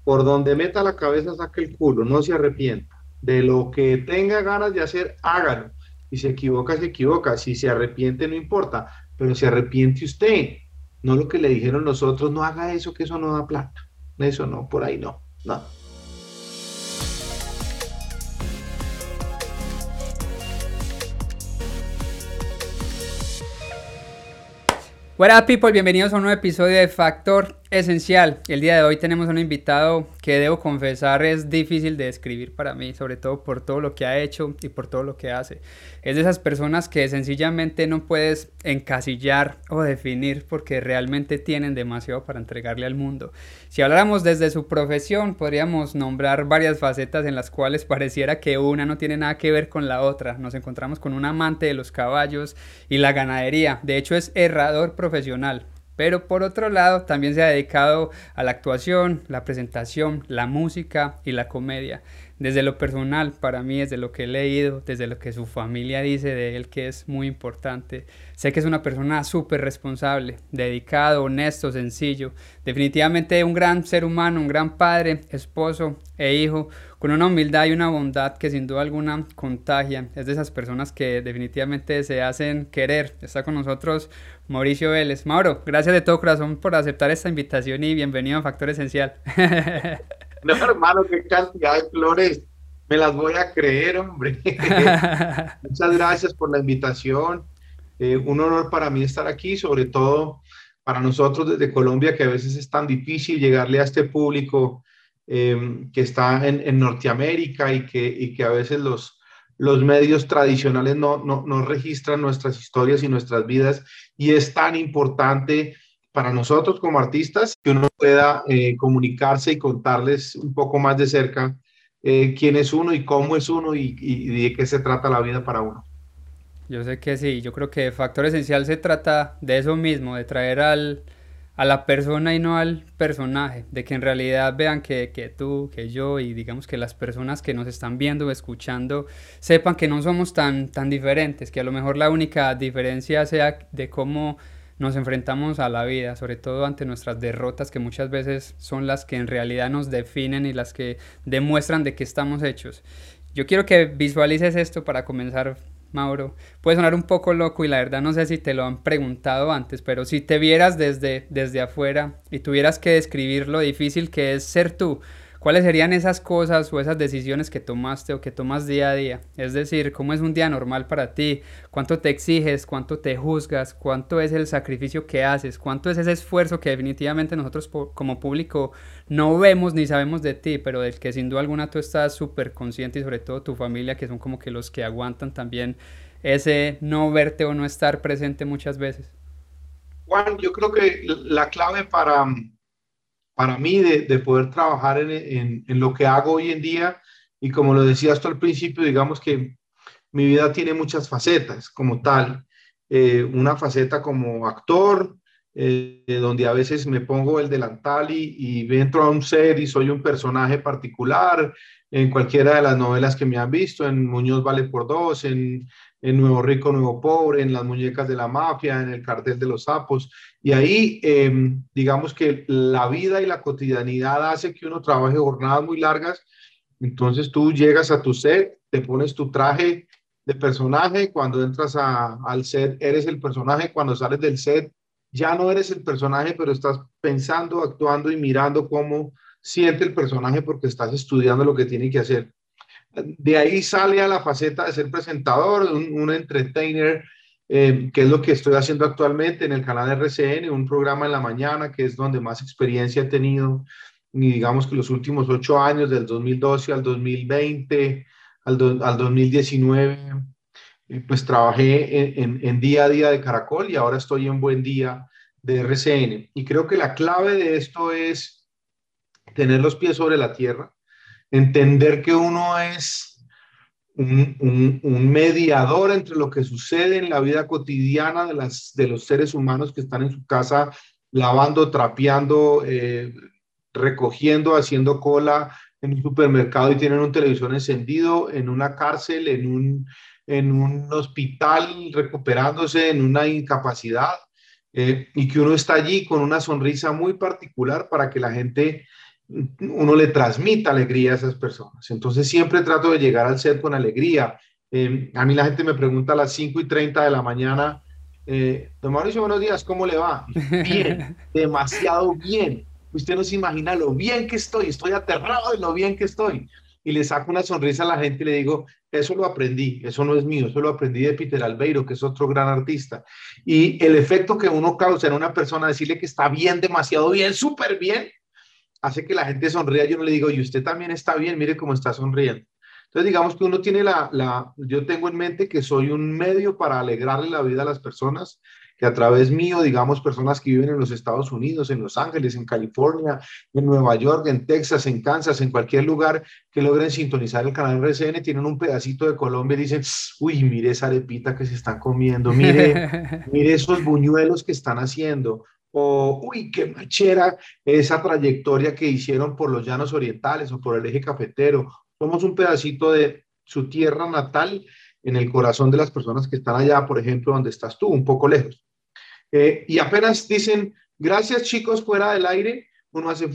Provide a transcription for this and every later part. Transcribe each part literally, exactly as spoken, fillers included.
por donde meta la cabeza saque el culo, no se arrepienta. De lo que tenga ganas de hacer, hágalo. Si se equivoca, se equivoca. Si se arrepiente, no importa. Pero se arrepiente usted, no lo que le dijeron los otros, no haga eso, que eso no da plata. Eso no, por ahí no, no. What up, people, bienvenidos a un nuevo episodio de Factor Esencial. El día de hoy tenemos un invitado que debo confesar es difícil de describir para mí, sobre todo por todo lo que ha hecho y por todo lo que hace. Es de esas personas que sencillamente no puedes encasillar o definir porque realmente tienen demasiado para entregarle al mundo. Si habláramos desde su profesión, podríamos nombrar varias facetas en las cuales pareciera que una no tiene nada que ver con la otra. Nos encontramos con un amante de los caballos y la ganadería. De hecho, es herrador profesional. Pero por otro lado también se ha dedicado a la actuación, la presentación, la música y la comedia. Desde lo personal, para mí, desde lo que he leído, desde lo que su familia dice de él, que es muy importante, sé que es una persona súper responsable, dedicado, honesto, sencillo, definitivamente un gran ser humano, un gran padre, esposo e hijo, con una humildad y una bondad que sin duda alguna contagian. Es de esas personas que definitivamente se hacen querer. Está con nosotros Mauricio Vélez. Mauro, gracias de todo corazón por aceptar esta invitación y bienvenido a Factor Esencial. No, hermano, qué cantidad de flores. Me las voy a creer, hombre. Muchas gracias por la invitación. Eh, un honor para mí estar aquí, sobre todo para nosotros desde Colombia, que a veces es tan difícil llegarle a este público eh, que está en, en Norteamérica y que, y que a veces los, los medios tradicionales no, no, no registran nuestras historias y nuestras vidas. Y es tan importante para nosotros como artistas que uno pueda eh, comunicarse y contarles un poco más de cerca eh, quién es uno y cómo es uno y, y, y de qué se trata la vida para uno. Yo sé que sí, yo creo que Factor Esencial se trata de eso mismo, de traer al, a la persona y no al personaje, de que en realidad vean que, que tú, que yo y digamos que las personas que nos están viendo o escuchando sepan que no somos tan, tan diferentes, que a lo mejor la única diferencia sea de cómo nos enfrentamos a la vida, sobre todo ante nuestras derrotas que muchas veces son las que en realidad nos definen y las que demuestran de qué estamos hechos. Yo quiero que visualices esto para comenzar, Mauro. Puede sonar un poco loco y la verdad no sé si te lo han preguntado antes, pero si te vieras desde, desde afuera y tuvieras que describir lo difícil que es ser tú, ¿cuáles serían esas cosas o esas decisiones que tomaste o que tomas día a día? Es decir, ¿cómo es un día normal para ti? ¿Cuánto te exiges? ¿Cuánto te juzgas? ¿Cuánto es el sacrificio que haces? ¿Cuánto es ese esfuerzo que definitivamente nosotros como público no vemos ni sabemos de ti, pero del que sin duda alguna tú estás súper consciente y sobre todo tu familia, que son como que los que aguantan también ese no verte o no estar presente muchas veces? Juan, yo creo que la clave para, para mí de, de poder trabajar en, en, en lo que hago hoy en día, y como lo decías tú al principio, digamos que mi vida tiene muchas facetas como tal. Eh, una faceta como actor, eh, donde a veces me pongo el delantal y, y entro a un set y soy un personaje particular, en cualquiera de las novelas que me han visto, en Muñoz vale por dos, en, en Nuevo Rico, Nuevo Pobre, en Las Muñecas de la Mafia, en El Cartel de los Sapos. Y ahí, eh, digamos que la vida y la cotidianidad hace que uno trabaje jornadas muy largas. Entonces tú llegas a tu set, te pones tu traje de personaje, cuando entras a, al set eres el personaje, cuando sales del set ya no eres el personaje, pero estás pensando, actuando y mirando cómo siente el personaje porque estás estudiando lo que tiene que hacer. De ahí sale a la faceta de ser presentador, un, un entertainer, eh, que es lo que estoy haciendo actualmente en el canal R C N, un programa en la mañana, que es donde más experiencia he tenido, y digamos que los últimos ocho años, del dos mil doce al dos mil veinte, al, do, al dos mil diecinueve, eh, pues trabajé en, en, en Día a Día de Caracol y ahora estoy en Buen Día de R C N. Y creo que la clave de esto es tener los pies sobre la tierra, entender que uno es un, un, un, mediador entre lo que sucede en la vida cotidiana de, las, de los seres humanos que están en su casa lavando, trapeando, eh, recogiendo, haciendo cola en un supermercado y tienen un televisor encendido, en una cárcel, en un, en un hospital recuperándose, en una incapacidad, eh, y que uno está allí con una sonrisa muy particular para que la gente uno le transmita alegría a esas personas. Entonces siempre trato de llegar al set con alegría. Eh, a mí la gente me pregunta a las cinco y treinta de la mañana, eh, don Mauricio, buenos días, ¿cómo le va? Y yo, bien, demasiado bien. Usted no se imagina lo bien que estoy, estoy aterrado de lo bien que estoy. Y le saco una sonrisa a la gente y le digo, eso lo aprendí, eso no es mío, eso lo aprendí de Peter Albeiro, que es otro gran artista. Y el efecto que uno causa en una persona, decirle que está bien, demasiado bien, súper bien, hace que la gente sonría. Yo no le digo, y usted también está bien, mire cómo está sonriendo. Entonces, digamos que uno tiene la, la, yo tengo en mente que soy un medio para alegrarle la vida a las personas, que a través mío, digamos, personas que viven en los Estados Unidos, en Los Ángeles, en California, en Nueva York, en Texas, en Kansas, en cualquier lugar que logren sintonizar el canal R C N, tienen un pedacito de Colombia y dicen, uy, mire esa arepita que se están comiendo, mire, mire esos buñuelos que están haciendo, o, uy, qué machera esa trayectoria que hicieron por los llanos orientales o por el eje cafetero. Somos un pedacito de su tierra natal en el corazón de las personas que están allá, por ejemplo, donde estás tú, un poco lejos. Eh, y apenas dicen, gracias chicos, fuera del aire, uno hace,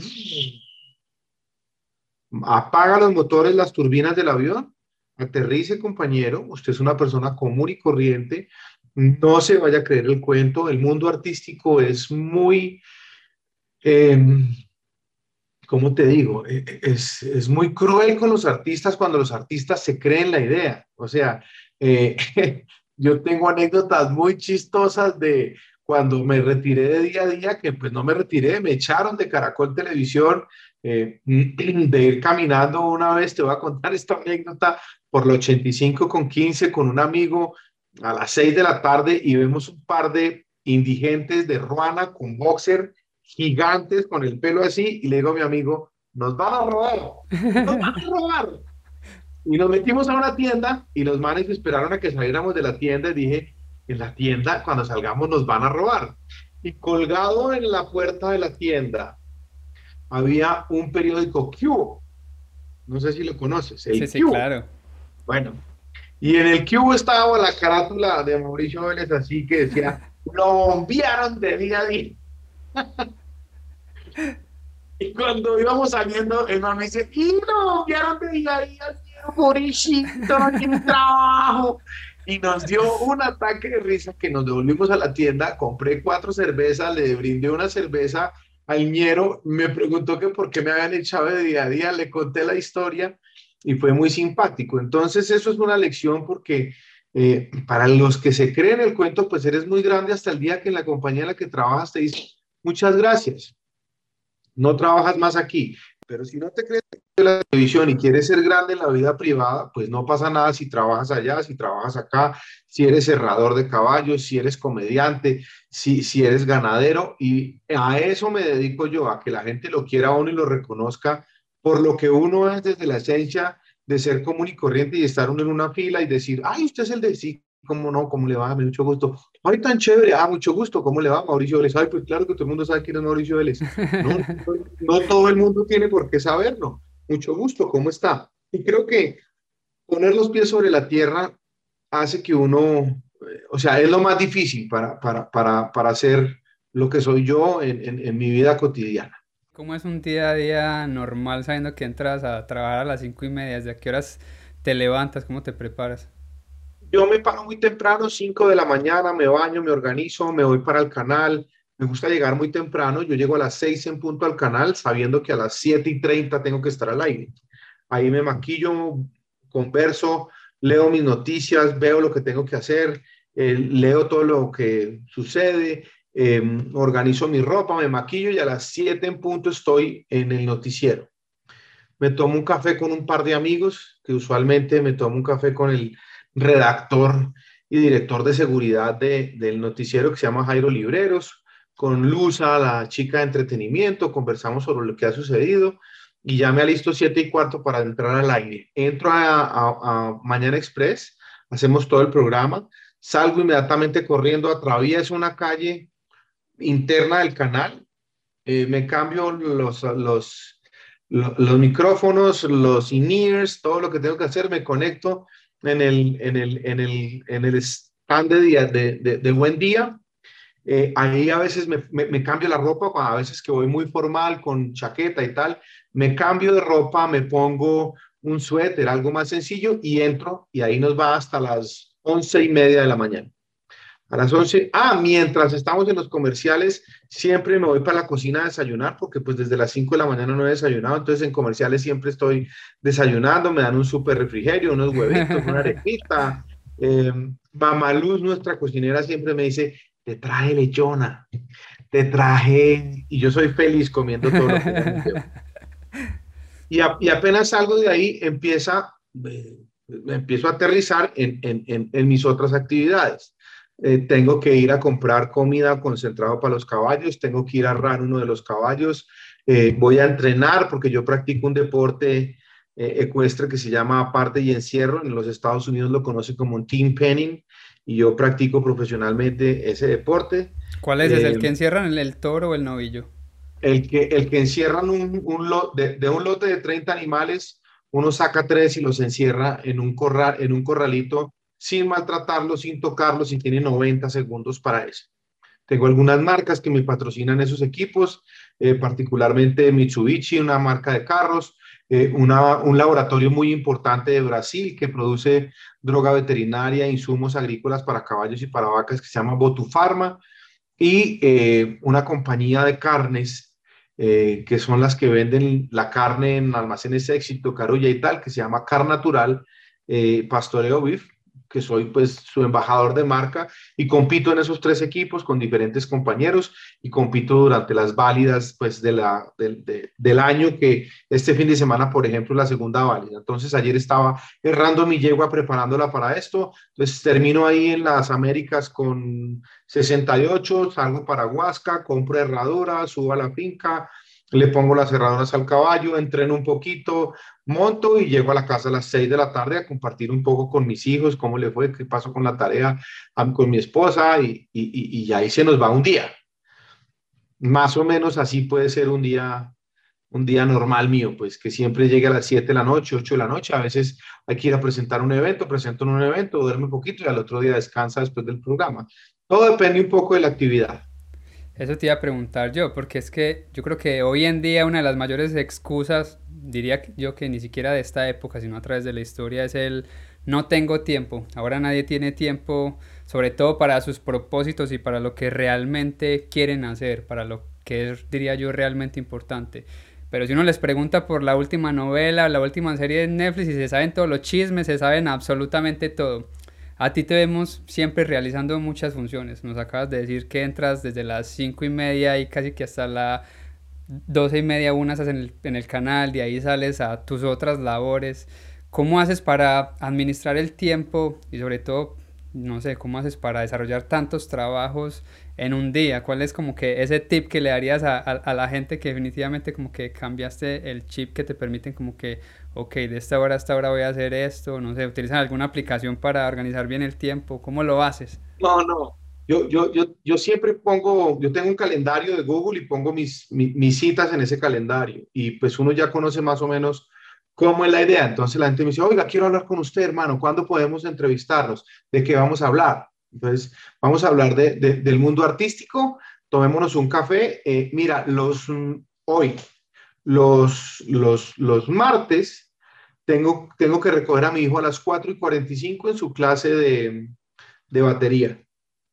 apaga los motores, las turbinas del avión, aterrice compañero, usted es una persona común y corriente, no se vaya a creer el cuento, el mundo artístico es muy, eh, ¿cómo te digo? Es, es muy cruel con los artistas cuando los artistas se creen la idea. O sea, eh, yo tengo anécdotas muy chistosas de cuando me retiré de día a día, que pues no me retiré, me echaron de Caracol Televisión, eh, de ir caminando una vez, te voy a contar esta anécdota, por la ochenta y cinco con quince con un amigo a las seis de la tarde y vemos un par de indigentes de Ruana con boxer gigantes con el pelo así y le digo a mi amigo, nos van a robar, nos van a robar. Y nos metimos a una tienda y los manes esperaron a que saliéramos de la tienda y dije, en la tienda cuando salgamos nos van a robar. Y colgado en la puerta de la tienda había un periódico Q, no sé si lo conoces, Sí, el sí, Q. claro. Bueno, y en el Q estaba la carátula de Mauricio Vélez así que decía, lo enviaron de día a día. Y cuando íbamos saliendo, el man me dice, y no, vieron de día a día, pobrecito, no tiene trabajo. Y nos dio un ataque de risa que nos devolvimos a la tienda, compré cuatro cervezas, le brindé una cerveza al ñero, me preguntó que por qué me habían echado de día a día, le conté la historia y fue muy simpático. Entonces eso es una lección porque eh, para los que se creen el cuento, pues eres muy grande hasta el día que en la compañía en la que trabajas te dice, muchas gracias, no trabajas más aquí. Pero si no te crees en la televisión y quieres ser grande en la vida privada, pues no pasa nada si trabajas allá, si trabajas acá, si eres cerrador de caballos, si eres comediante, si, si eres ganadero. Y a eso me dedico yo, a que la gente lo quiera a uno y lo reconozca por lo que uno es desde la esencia de ser común y corriente y estar uno en una fila y decir, ay, usted es el de sí, cómo no, cómo le va, mucho gusto. Ay, tan chévere, ah, mucho gusto, ¿cómo le va, Mauricio Vélez? Ay, pues claro que todo el mundo sabe quién es Mauricio Vélez. No, no, no todo el mundo tiene por qué saberlo. Mucho gusto, ¿cómo está? Y creo que poner los pies sobre la tierra hace que uno, eh, o sea, es lo más difícil para, para, para, para hacer lo que soy yo en, en, en mi vida cotidiana. ¿Cómo es un día a día normal sabiendo que entras a trabajar a las cinco y media? ¿Desde a qué horas te levantas? ¿Cómo te preparas? Yo me paro muy temprano, cinco de la mañana, me baño, me organizo, me voy para el canal. Me gusta llegar muy temprano. Yo llego a las seis en punto al canal, sabiendo que a las siete y treinta tengo que estar al aire. Ahí me maquillo, converso, leo mis noticias, veo lo que tengo que hacer, eh, leo todo lo que sucede, eh, organizo mi ropa, me maquillo y a las siete en punto estoy en el noticiero. Me tomo un café con un par de amigos, que usualmente me tomo un café con el redactor y director de seguridad de, del noticiero que se llama Jairo Libreros, con Luza, la chica de entretenimiento, conversamos sobre lo que ha sucedido y ya me alisto siete y cuarto para entrar al aire. Entro a, a, a Mañana Express, hacemos todo el programa, salgo inmediatamente corriendo, atravieso una calle interna del canal, eh, me cambio los, los, los, los micrófonos, los in-ears, todo lo que tengo que hacer, me conecto en el, en el, en el, en el stand de, día, de, de, de Buen Día. Eh, ahí a veces me, me, me cambio la ropa, a veces que voy muy formal con chaqueta y tal, me cambio de ropa, me pongo un suéter, algo más sencillo y entro y ahí nos va hasta las once y media de la mañana. A las once, ah, mientras estamos en los comerciales, siempre me voy para la cocina a desayunar, porque pues desde las cinco de la mañana no he desayunado, entonces en comerciales siempre estoy desayunando, me dan un súper refrigerio, unos huevitos, una arepita. Eh, Mamá Luz, nuestra cocinera, siempre me dice, te traje lechona, te traje, y yo soy feliz comiendo todo lo que ella me lleva. Y, a, y apenas salgo de ahí, empieza, eh, empiezo a aterrizar en, en, en, en mis otras actividades. Eh, tengo que ir a comprar comida concentrado para los caballos, tengo que ir a arrar uno de los caballos, eh, voy a entrenar porque yo practico un deporte eh, ecuestre que se llama aparte y encierro, en los Estados Unidos lo conocen como un team penning y yo practico profesionalmente ese deporte. ¿Cuál es? ¿Es el Eh, que encierran el, el toro o el novillo? el que, el que encierran un, un lot, de, de un lote de treinta animales, uno saca tres y los encierra en un, corral, en un corralito sin maltratarlos, sin tocarlos y tiene noventa segundos para eso. Tengo algunas marcas que me patrocinan esos equipos, eh, particularmente Mitsubishi, una marca de carros, eh, una, un laboratorio muy importante de Brasil que produce droga veterinaria, insumos agrícolas para caballos y para vacas que se llama Botufarma, y eh, una compañía de carnes eh, que son las que venden la carne en almacenes Éxito, Carulla y tal, que se llama Car Natural, eh, Pastoreo Beef, que soy pues su embajador de marca y compito en esos tres equipos con diferentes compañeros y compito durante las válidas pues de la, de, de, del año, que este fin de semana, por ejemplo, la segunda válida. Entonces ayer estaba errando mi yegua preparándola para esto, entonces termino ahí en las Américas con sesenta y ocho, salgo para Huasca, compro herradura, subo a la finca, le pongo las herraduras al caballo, entreno un poquito, monto y llego a la casa a las seis de la tarde a compartir un poco con mis hijos, cómo le fue, qué pasó con la tarea, con mi esposa y, y, y ahí se nos va un día. Más o menos así puede ser un día, un día normal mío, pues que siempre llegue a las siete de la noche, ocho de la noche, a veces hay que ir a presentar un evento, presento en un evento, duerme un poquito y al otro día descansa después del programa. Todo depende un poco de la actividad. Eso te iba a preguntar yo, porque es que yo creo que hoy en día una de las mayores excusas, diría yo que ni siquiera de esta época, sino a través de la historia, es el no tengo tiempo. Ahora nadie tiene tiempo, sobre todo para sus propósitos y para lo que realmente quieren hacer, para lo que es, diría yo, realmente importante. Pero si uno les pregunta por la última novela, la última serie de Netflix y se saben todos los chismes, se saben absolutamente todo. A ti te vemos siempre realizando muchas funciones. Nos acabas de decir que entras desde las cinco y media y casi que hasta las doce y media, una estás en el, en el canal, de ahí sales a tus otras labores. ¿Cómo haces para administrar el tiempo y sobre todo, no sé, cómo haces para desarrollar tantos trabajos en un día? ¿Cuál es como que ese tip que le darías a, a, a la gente que definitivamente como que cambiaste el chip que te permiten como que, ok, de esta hora a esta hora voy a hacer esto, no sé, utilizan alguna aplicación para organizar bien el tiempo? ¿Cómo lo haces? No, no. Yo, yo, yo, yo siempre pongo, yo tengo un calendario de Google y pongo mis, mis, mis citas en ese calendario y pues uno ya conoce más o menos cómo es la idea. Entonces la gente me dice, oiga, quiero hablar con usted, hermano, ¿cuándo podemos entrevistarnos? ¿De qué vamos a hablar? Entonces, vamos a hablar de, de, del mundo artístico, tomémonos un café. Eh, mira, los, hoy, los, los, los martes, tengo, tengo que recoger a mi hijo a las cuatro y cuarenta y cinco en su clase de, de batería.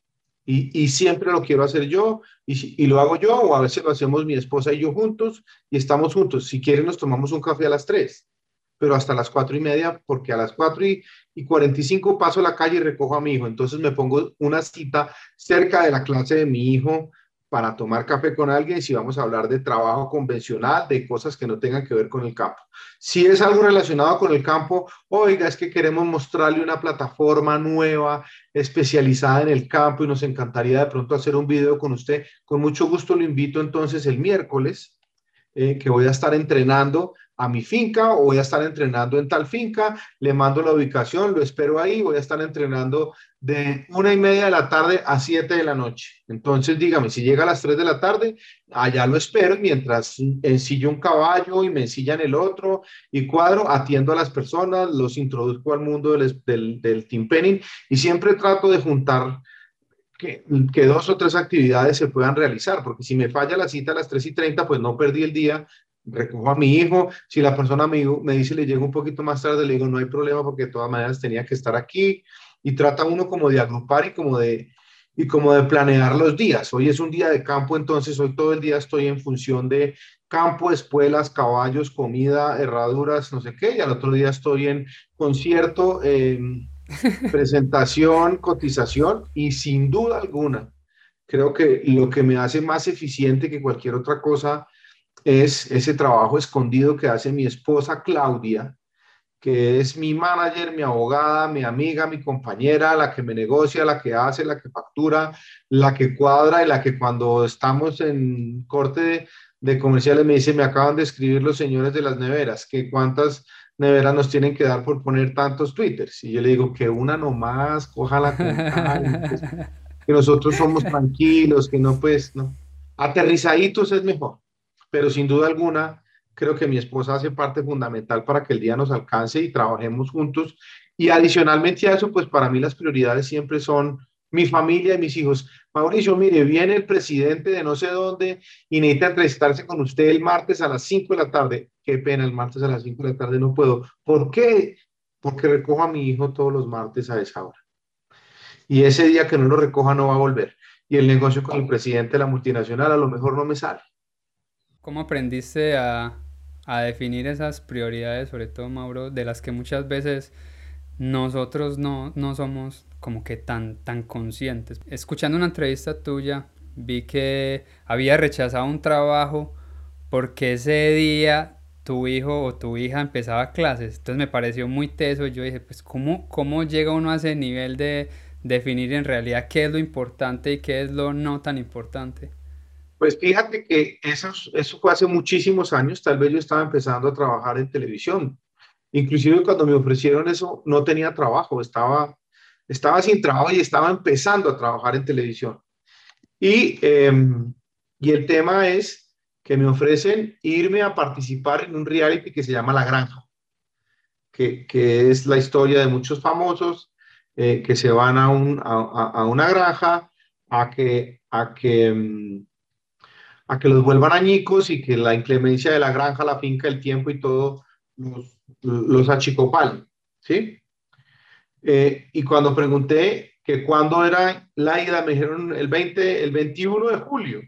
Y, y, siempre lo quiero hacer yo y, y lo hago yo o a veces lo hacemos mi esposa y yo juntos y estamos juntos. Si quieren nos tomamos un café a las tres, pero hasta las cuatro y media, porque a las cuatro y, y cuarenta y cinco paso a la calle y recojo a mi hijo. Entonces me pongo una cita cerca de la clase de mi hijo para tomar café con alguien si vamos a hablar de trabajo convencional, de cosas que no tengan que ver con el campo. Si es algo relacionado con el campo, oiga, es que queremos mostrarle una plataforma nueva, especializada en el campo y nos encantaría de pronto hacer un video con usted. Con mucho gusto lo invito entonces el miércoles, eh, que voy a estar entrenando a mi finca o voy a estar entrenando en tal finca, le mando la ubicación, lo espero ahí, voy a estar entrenando de una y media de la tarde a siete de la noche. Entonces, dígame, si llega a las tres de la tarde, allá lo espero mientras ensillo un caballo y me ensillan el otro y cuadro, atiendo a las personas, los introduzco al mundo del, del, del team penning y siempre trato de juntar que, que dos o tres actividades se puedan realizar, porque si me falla la cita a las tres y treinta, pues no perdí el día, recojo a mi hijo. Si la persona me, me dice le llego un poquito más tarde, le digo no hay problema porque de todas maneras tenía que estar aquí. Y trata uno como de agrupar y como de, y como de planear los días. Hoy es un día de campo, entonces hoy todo el día estoy en función de campo, espuelas, caballos, comida, herraduras, no sé qué, y al otro día estoy en concierto, eh, presentación, cotización, y sin duda alguna, creo que lo que me hace más eficiente que cualquier otra cosa es ese trabajo escondido que hace mi esposa Claudia, que es mi manager, mi abogada, mi amiga, mi compañera, la que me negocia, la que hace, la que factura, la que cuadra y la que cuando estamos en corte de, de comerciales me dice, me acaban de escribir los señores de las neveras, que cuántas neveras nos tienen que dar por poner tantos twitters. Y yo le digo que una nomás, cójala con calma, pues, que nosotros somos tranquilos, que no, pues, no. Aterrizaditos es mejor, pero sin duda alguna creo que mi esposa hace parte fundamental para que el día nos alcance y trabajemos juntos. Y adicionalmente a eso, pues para mí las prioridades siempre son mi familia y mis hijos. Mauricio, mire, viene el presidente de no sé dónde y necesita entrevistarse con usted el martes a las cinco de la tarde. Qué pena, el martes a las cinco de la tarde no puedo. ¿Por qué? Porque recojo a mi hijo todos los martes a esa hora. Y ese día que no lo recoja no va a volver. Y el negocio con el presidente de la multinacional a lo mejor no me sale. ¿Cómo aprendiste a, a definir esas prioridades, sobre todo, Mauro, de las que muchas veces nosotros no, no somos como que tan, tan conscientes? Escuchando una entrevista tuya, vi que había rechazado un trabajo porque ese día tu hijo o tu hija empezaba clases. Entonces me pareció muy teso. Yo dije, pues, ¿cómo, cómo llega uno a ese nivel de definir en realidad qué es lo importante y qué es lo no tan importante? Pues fíjate que eso, eso fue hace muchísimos años, tal vez yo estaba empezando a trabajar en televisión. Inclusive cuando me ofrecieron eso, no tenía trabajo, estaba, estaba sin trabajo y estaba empezando a trabajar en televisión. Y, eh, y el tema es que me ofrecen irme a participar en un reality que se llama La Granja, que, que es la historia de muchos famosos eh, que se van a, un, a, a una granja a que, a que um, a que los vuelvan añicos y que la inclemencia de la granja, la finca, el tiempo y todo los, los achicopalen, ¿sí? Eh, y cuando pregunté que cuándo era la ida, me dijeron el veinte, el veintiuno de julio.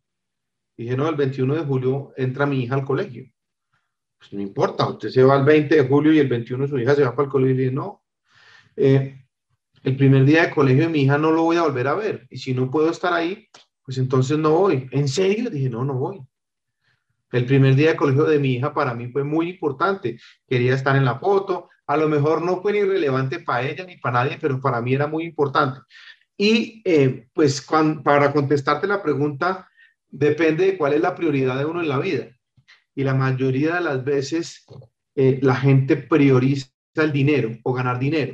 Dije, no, el veintiuno de julio entra mi hija al colegio. Pues no importa, usted se va el veinte de julio y el veintiuno su hija se va para el colegio. Y dije, no, eh, el primer día de colegio de mi hija no lo voy a volver a ver. Y si no puedo estar ahí, pues entonces no voy. ¿En serio? Dije, no, no voy. El primer día de colegio de mi hija para mí fue muy importante. Quería estar en la foto. A lo mejor no fue ni relevante para ella ni para nadie, pero para mí era muy importante. Y eh, pues cuando, para contestarte la pregunta, depende de cuál es la prioridad de uno en la vida. Y la mayoría de las veces eh, la gente prioriza el dinero o ganar dinero.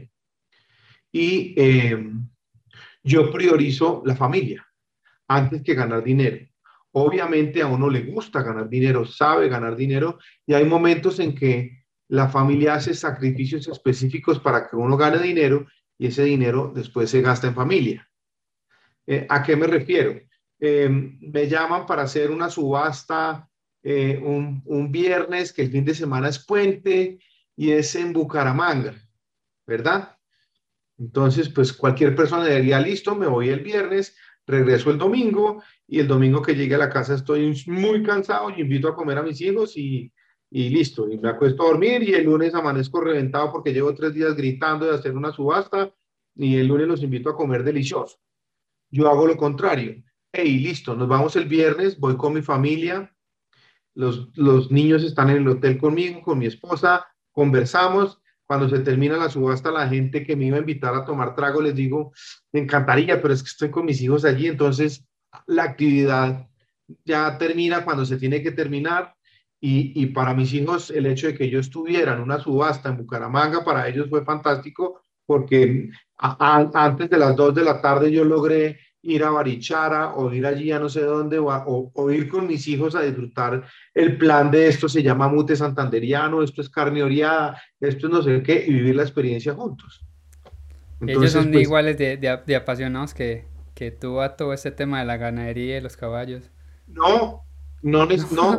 Y eh, yo priorizo la familia antes que ganar dinero. Obviamente a uno le gusta ganar dinero, sabe ganar dinero y hay momentos en que la familia hace sacrificios específicos para que uno gane dinero y ese dinero después se gasta en familia. Eh, ¿A qué me refiero? Eh, me llaman para hacer una subasta eh, un, un viernes que el fin de semana es puente y es en Bucaramanga, ¿verdad? Entonces, pues cualquier persona diría, listo, me voy el viernes, regreso el domingo y el domingo que llegue a la casa estoy muy cansado y invito a comer a mis hijos y, y listo, y me acuesto a dormir y el lunes amanezco reventado porque llevo tres días gritando de hacer una subasta y el lunes los invito a comer delicioso. Yo hago lo contrario. Hey, listo, nos vamos el viernes, voy con mi familia, los, los niños están en el hotel conmigo, con mi esposa, conversamos. Cuando se termina la subasta, la gente que me iba a invitar a tomar trago, les digo, me encantaría, pero es que estoy con mis hijos allí, entonces la actividad ya termina cuando se tiene que terminar. Y, y para mis hijos, el hecho de que yo estuviera en una subasta en Bucaramanga, para ellos fue fantástico, porque a, a, antes de las dos de la tarde yo logré ir a Barichara o ir allí a no sé dónde o, a, o, o ir con mis hijos a disfrutar el plan de esto, se llama mute santanderiano, esto es carne oreada, esto es no sé qué, y vivir la experiencia juntos. Ellos Entonces, son pues, iguales de, de, de apasionados que, que tú a todo este tema de la ganadería y los caballos. no, no, No. no,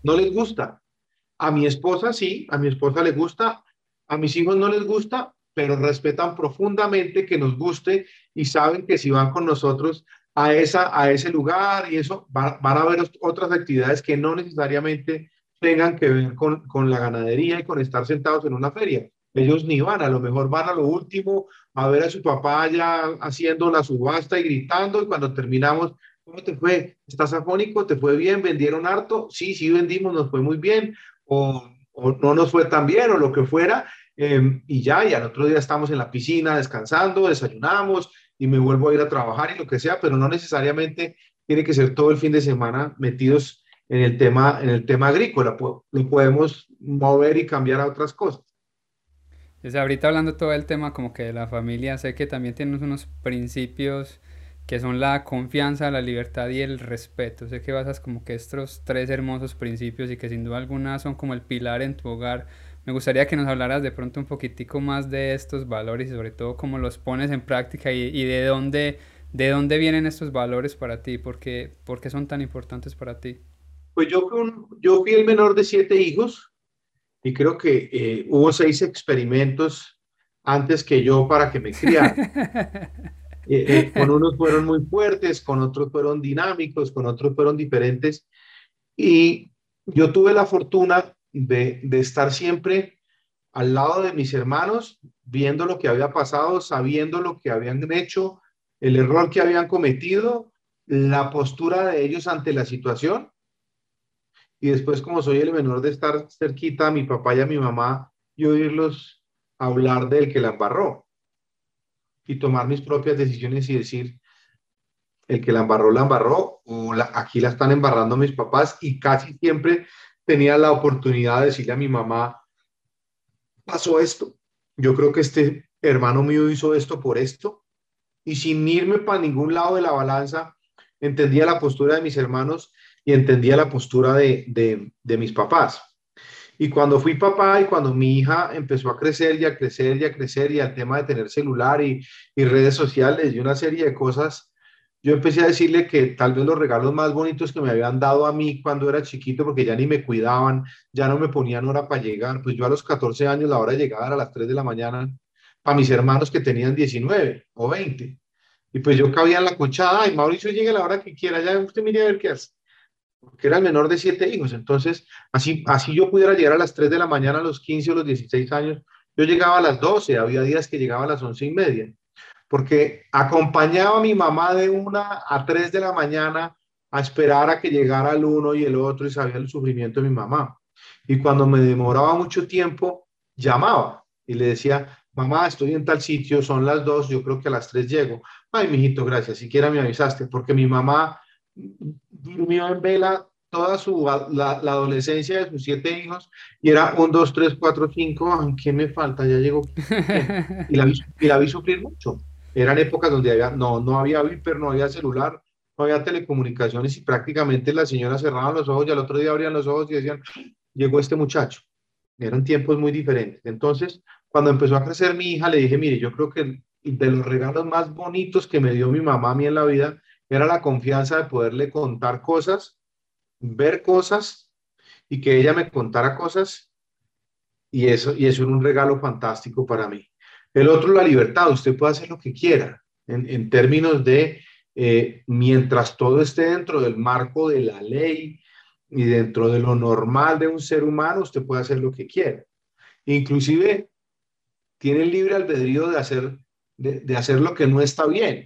no les gusta. A mi esposa sí, a mi esposa le gusta, a mis hijos no les gusta, pero respetan profundamente que nos guste y saben que si van con nosotros a, esa, a ese lugar y eso, va- van a ver otras actividades que no necesariamente tengan que ver con, con la ganadería y con estar sentados en una feria. Ellos ni van, a lo mejor van a lo último a ver a su papá ya haciendo la subasta y gritando y cuando terminamos, ¿cómo te fue? ¿Estás afónico? ¿Te fue bien? ¿Vendieron harto? Sí, sí vendimos, nos fue muy bien o, o no nos fue tan bien o lo que fuera, eh, y ya, y al otro día estamos en la piscina descansando, desayunamos y me vuelvo a ir a trabajar y lo que sea, pero no necesariamente tiene que ser todo el fin de semana metidos en el tema, en el tema agrícola, lo podemos mover y cambiar a otras cosas. Desde ahorita hablando todo el tema como que de la familia, sé que también tienes unos principios que son la confianza, la libertad y el respeto. Sé que basas como que estos tres hermosos principios y que sin duda alguna son como el pilar en tu hogar. Me gustaría que nos hablaras de pronto un poquitico más de estos valores y sobre todo cómo los pones en práctica y, y de dónde, de dónde vienen estos valores para ti, porque, por qué son tan importantes para ti. Pues yo fui, un, yo fui el menor de siete hijos y creo que eh, hubo seis experimentos antes que yo para que me criaran. Eh, eh, con unos fueron muy fuertes, con otros fueron dinámicos, con otros fueron diferentes. Y yo tuve la fortuna de, de estar siempre al lado de mis hermanos, viendo lo que había pasado, sabiendo lo que habían hecho, el error que habían cometido, la postura de ellos ante la situación. Y después, como soy el menor de estar cerquita a mi papá y a mi mamá y oírlos hablar del que la embarró y tomar mis propias decisiones y decir, el que la embarró, la embarró, o la, aquí la están embarrando mis papás, y casi siempre tenía la oportunidad de decirle a mi mamá, pasó esto, yo creo que este hermano mío hizo esto por esto, y sin irme para ningún lado de la balanza, entendía la postura de mis hermanos y entendía la postura de, de, de mis papás. Y cuando fui papá y cuando mi hija empezó a crecer y a crecer y a crecer y al tema de tener celular y, y redes sociales y una serie de cosas, yo empecé a decirle que tal vez los regalos más bonitos que me habían dado a mí cuando era chiquito, porque ya ni me cuidaban, ya no me ponían hora para llegar, pues yo a los catorce años la hora de llegar era a las tres de la mañana, para mis hermanos que tenían diecinueve o veinte. Y pues yo cabía en la cochada, y Mauricio llegue a la hora que quiera, ya usted mire a ver qué hace, porque era el menor de siete hijos. Entonces, así, así yo pudiera llegar a las tres de la mañana a los quince o los dieciséis años, yo llegaba a las doce, había días que llegaba a las once y media, porque acompañaba a mi mamá de una a tres de la mañana a esperar a que llegara el uno y el otro y sabía el sufrimiento de mi mamá. Y cuando me demoraba mucho tiempo, llamaba y le decía, mamá, estoy en tal sitio, son las dos, yo creo que a las tres llego. Ay, mijito, gracias, siquiera me avisaste, porque mi mamá durmió en vela toda su, la, la adolescencia de sus siete hijos y era un, dos, tres, cuatro, cinco, ¿a quién me falta? Ya llegó, ¿quién? Y la vi, y la vi sufrir mucho. Eran épocas donde había, no, no había viper, no había celular, no había telecomunicaciones y prácticamente las señoras cerraban los ojos y al otro día abrían los ojos y decían, llegó este muchacho. Eran tiempos muy diferentes. Entonces, cuando empezó a crecer mi hija, le dije, mire, yo creo que de los regalos más bonitos que me dio mi mamá a mí en la vida era la confianza de poderle contar cosas, ver cosas y que ella me contara cosas, y eso, y eso era un regalo fantástico para mí. El otro, la libertad, usted puede hacer lo que quiera en, en términos de, eh, mientras todo esté dentro del marco de la ley y dentro de lo normal de un ser humano, usted puede hacer lo que quiera. Inclusive tiene el libre albedrío de hacer, de, de hacer lo que no está bien,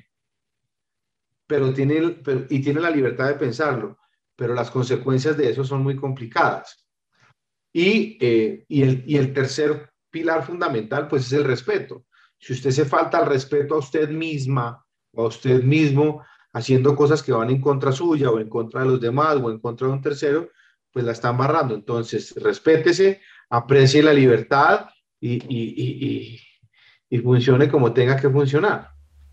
pero tiene, el- pero- y tiene la libertad de pensarlo, pero las consecuencias de eso son muy complicadas. Y, eh, y, el, y el tercer pilar fundamental, pues es el respeto. Si usted se falta al respeto a usted misma o a usted mismo, haciendo cosas que van en contra suya o en contra de los demás o en contra de un tercero, pues la están barrando. Entonces, respétese, aprecie la libertad y, y, y, y, y funcione como tenga que funcionar.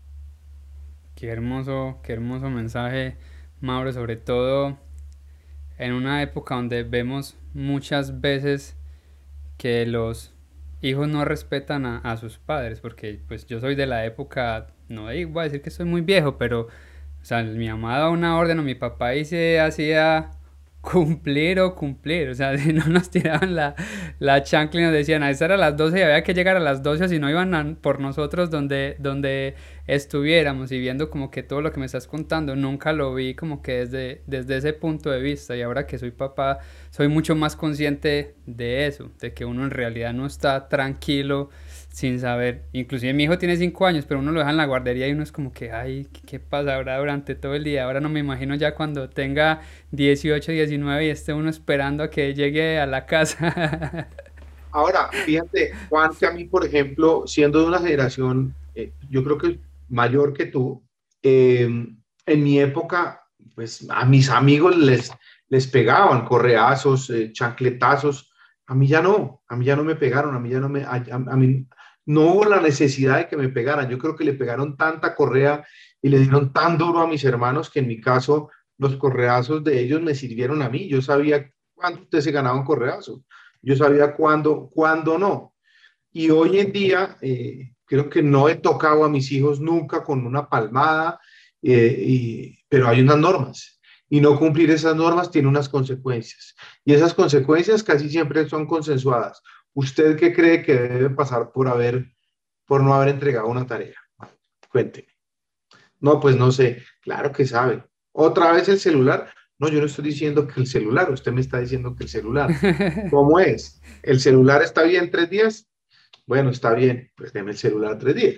Qué hermoso, qué hermoso mensaje, Mauro, sobre todo en una época donde vemos muchas veces que los hijos no respetan a, a sus padres, porque pues yo soy de la época, no voy a decir que soy muy viejo, pero o sea, mi mamá daba una orden o mi papá y se hacía cumplir o cumplir, o sea, si no nos tiraban la, la chancla y nos decían, a esta era las doce y había que llegar a las doce o si no iban a, por nosotros donde, donde estuviéramos y viendo como que todo lo que me estás contando, nunca lo vi como que desde, desde ese punto de vista y ahora que soy papá soy mucho más consciente de eso, de que uno en realidad no está tranquilo sin saber, inclusive mi hijo tiene cinco años, pero uno lo deja en la guardería y uno es como que, ay, ¿qué, qué pasa ahora durante todo el día? Ahora no me imagino ya cuando tenga dieciocho, diecinueve y esté uno esperando a que llegue a la casa. Ahora, fíjate, Juan, que a mí, por ejemplo, siendo de una generación, eh, yo creo que mayor que tú, eh, en mi época, pues a mis amigos les, les pegaban correazos, eh, chancletazos. A mí ya no, a mí ya no me pegaron, a mí ya no me, a, a- a mí no hubo la necesidad de que me pegaran. Yo creo que le pegaron tanta correa y le dieron tan duro a mis hermanos que en mi caso los correazos de ellos me sirvieron a mí. Yo sabía cuánto usted se ganaba un correazo. Yo sabía cuándo, cuándo no. Y hoy en día eh, creo que no he tocado a mis hijos nunca con una palmada, eh, y, pero hay unas normas. Y no cumplir esas normas tiene unas consecuencias. Y esas consecuencias casi siempre son consensuadas. ¿Usted qué cree que debe pasar por haber, por no haber entregado una tarea? Cuénteme. No, pues no sé. Claro que sabe. ¿Otra vez el celular? No, yo no estoy diciendo que el celular, usted me está diciendo que el celular. ¿Cómo es? ¿El celular está bien tres días? Bueno, está bien, pues deme el celular tres días.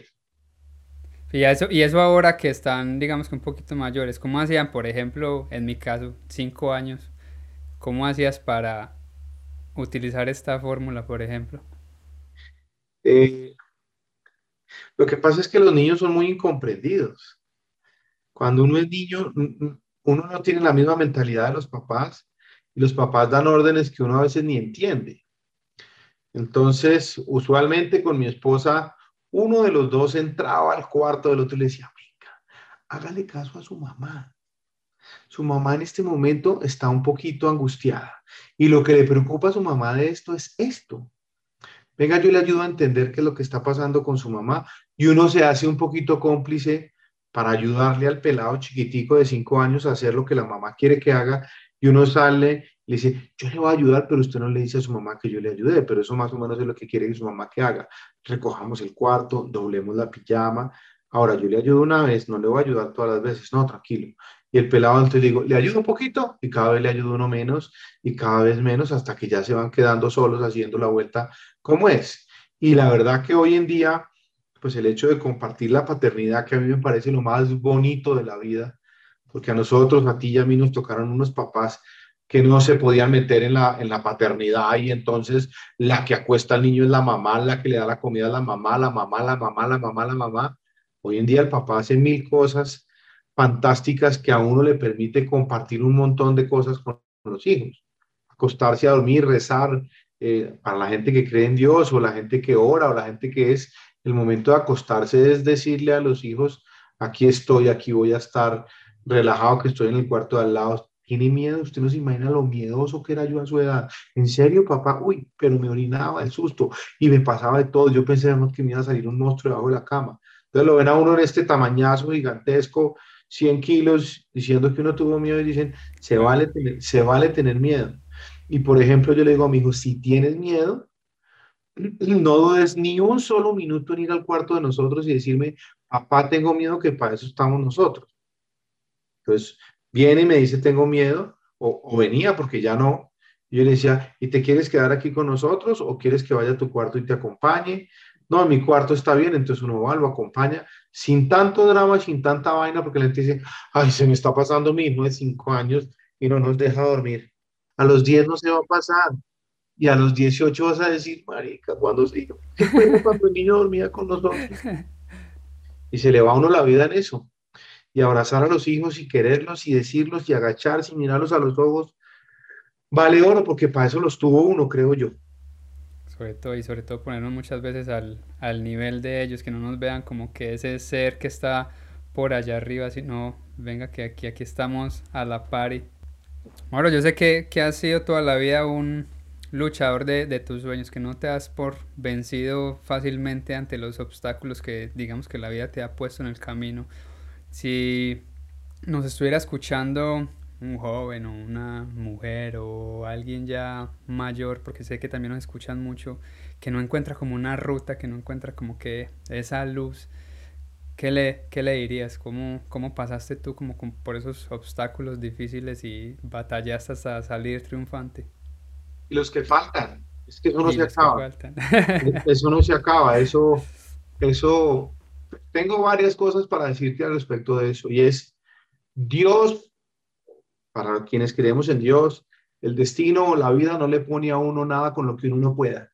Y eso, y eso ahora que están, digamos que un poquito mayores, ¿cómo hacían, por ejemplo, en mi caso, cinco años, cómo hacías para utilizar esta fórmula, por ejemplo? Eh, lo que pasa es que los niños son muy incomprendidos. Cuando uno es niño, n- n- uno no tiene la misma mentalidad de los papás y los papás dan órdenes que uno a veces ni entiende. Entonces, usualmente con mi esposa, uno de los dos entraba al cuarto del otro y le decía, venga, hágale caso a su mamá. Su mamá en este momento está un poquito angustiada y lo que le preocupa a su mamá de esto es esto. Venga, yo le ayudo a entender qué es lo que está pasando con su mamá y uno se hace un poquito cómplice para ayudarle al pelado chiquitico de cinco años a hacer lo que la mamá quiere que haga y uno sale y le dice, yo le voy a ayudar, pero usted no le dice a su mamá que yo le ayude, pero eso más o menos es lo que quiere que su mamá que haga. Recojamos el cuarto, doblemos la pijama. Ahora yo le ayudo una vez, no le voy a ayudar todas las veces, no, tranquilo. Y el pelado entonces le digo, le ayudo un poquito y cada vez le ayudo uno menos y cada vez menos hasta que ya se van quedando solos haciendo la vuelta cómo es. Y la verdad que hoy en día, pues el hecho de compartir la paternidad, que a mí me parece lo más bonito de la vida, porque a nosotros, a ti y a mí nos tocaron unos papás que no se podían meter en la, en la paternidad y entonces la que acuesta al niño es la mamá, la que le da la comida es la mamá, la mamá, la mamá, la mamá, la mamá. Hoy en día el papá hace mil cosas fantásticas que a uno le permite compartir un montón de cosas con los hijos. Acostarse a dormir, rezar, eh, para la gente que cree en Dios o la gente que ora o la gente que es, el momento de acostarse es decirle a los hijos, aquí estoy, aquí voy a estar relajado, que estoy en el cuarto de al lado. ¿Tiene miedo? Usted no se imagina lo miedoso que era yo a su edad. ¿En serio, papá? Uy, pero me orinaba el susto y me pasaba de todo. Yo pensé además que me iba a salir un monstruo debajo de la cama. Entonces lo ven a uno en este tamañazo gigantesco, cien kilos, diciendo que uno tuvo miedo y dicen, se Claro. vale tener, se vale tener miedo. Y por ejemplo, yo le digo a mi hijo, si tienes miedo, no dudes ni un solo minuto en ir al cuarto de nosotros y decirme, papá, tengo miedo, que para eso estamos nosotros. Entonces, viene y me dice, tengo miedo, o, o venía porque ya no. Y yo le decía, ¿y te quieres quedar aquí con nosotros o quieres que vaya a tu cuarto y te acompañe? No, mi cuarto está bien, entonces uno va, lo acompaña, sin tanto drama, sin tanta vaina, porque la gente dice, ay, se me está pasando mi hijo de cinco años y no nos deja dormir. A los diez no se va a pasar. Y a los dieciocho vas a decir, marica, cuando se qué pena cuando el niño dormía con nosotros. Y se le va a uno la vida en eso. Y abrazar a los hijos y quererlos y decirlos y agacharse y mirarlos a los ojos, vale oro porque para eso los tuvo uno, creo yo. Sobre todo, y sobre todo ponernos muchas veces al, al nivel de ellos, que no nos vean como que ese ser que está por allá arriba, sino venga que aquí, aquí estamos a la par. Y bueno, yo sé que, que has sido toda la vida un luchador de, de tus sueños, que no te das por vencido fácilmente ante los obstáculos que digamos que la vida te ha puesto en el camino. Si nos estuviera escuchando un joven o una mujer o alguien ya mayor, porque sé que también nos escuchan mucho, que no encuentra como una ruta, que no encuentra como que esa luz, ¿qué le, qué le dirías? ¿Cómo, cómo pasaste tú como, como por esos obstáculos difíciles y batallaste hasta salir triunfante? Y los que faltan, es que eso no Y se los que acaba, faltan. eso no se acaba, eso, eso, tengo varias cosas para decirte al respecto de eso, y es Dios, para quienes creemos en Dios, el destino o la vida no le pone a uno nada con lo que uno no pueda.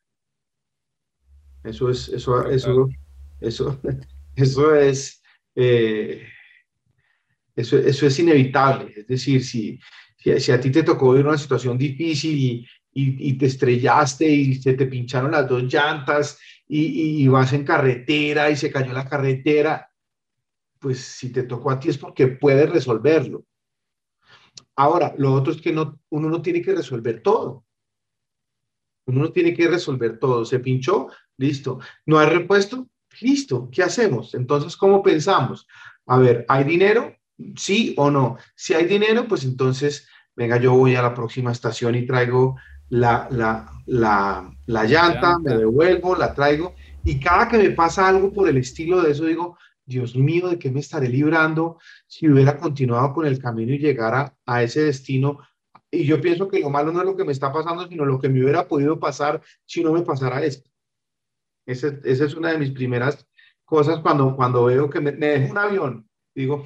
Eso es, eso, Total. eso, eso, eso es, eh, eso, eso es inevitable. Es decir, si, si, si a ti te tocó vivir una situación difícil y, y, y te estrellaste y se te pincharon las dos llantas y, y, y vas en carretera y se cayó la carretera, pues si te tocó a ti es porque puedes resolverlo. Ahora, lo otro es que no, uno no tiene que resolver todo. Uno no tiene que resolver todo. Se pinchó, listo. ¿No hay repuesto? Listo. ¿Qué hacemos? Entonces, ¿cómo pensamos? A ver, ¿hay dinero? ¿Sí o no? Si hay dinero, pues entonces, venga, yo voy a la próxima estación y traigo la, la, la, la La llanta, me llanta. devuelvo, la traigo. Y cada que me pasa algo por el estilo de eso, digo, Dios mío, ¿de qué me estaré librando si hubiera continuado con el camino y llegara a ese destino? Y yo pienso que lo malo no es lo que me está pasando, sino lo que me hubiera podido pasar si no me pasara esto. Ese- esa es una de mis primeras cosas cuando, cuando veo que me, me dejo un avión. Digo,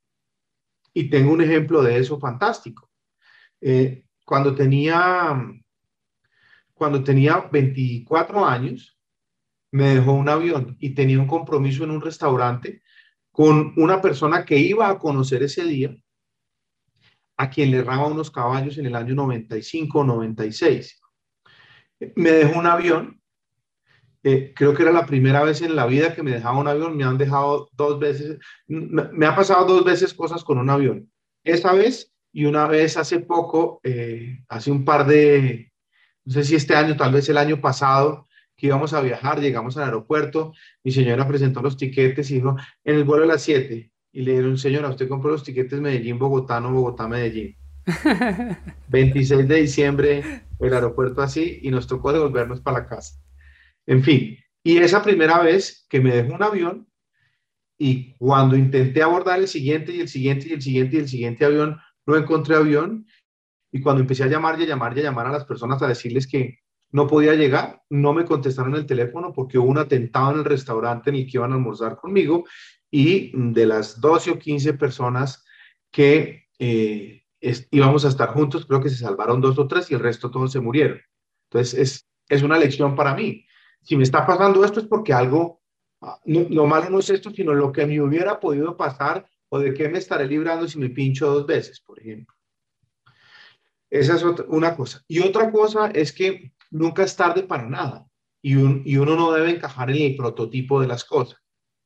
y tengo un ejemplo de eso fantástico. Eh, cuando tenía, cuando tenía veinticuatro años, me dejó un avión y tenía un compromiso en un restaurante con una persona que iba a conocer ese día, a quien le erraba unos caballos en el año noventa y cinco o noventa y seis. Me dejó un avión. Eh, creo que era la primera vez en la vida que me dejaba un avión. Me han dejado dos veces, me, me ha pasado dos veces cosas con un avión. Esa vez y una vez hace poco, eh, hace un par de, no sé si este año, tal vez el año pasado, que íbamos a viajar, llegamos al aeropuerto, mi señora presentó los tiquetes y dijo, en el vuelo a las siete. Y le dijeron, señora, usted compró los tiquetes Medellín-Bogotá, no Bogotá-Medellín. veintiséis de diciembre, el aeropuerto así, y nos tocó devolvernos para la casa. En fin, y esa primera vez que me dejó un avión y cuando intenté abordar el siguiente y el siguiente y el siguiente y el siguiente avión, no encontré avión y cuando empecé a llamar y a llamar y a llamar a las personas a decirles que no podía llegar, no me contestaron el teléfono porque hubo un atentado en el restaurante en el que iban a almorzar conmigo y de las doce o quince personas que eh, es, íbamos a estar juntos, creo que se salvaron dos o tres y el resto todos se murieron. Entonces es, es una lección para mí. Si me está pasando esto es porque algo, ah, no, lo malo no es esto, sino lo que me hubiera podido pasar o de qué me estaré librando si me pincho dos veces, por ejemplo. Esa es otra, una cosa. Y otra cosa es que nunca es tarde para nada y, un, y uno no debe encajar en el prototipo de las cosas.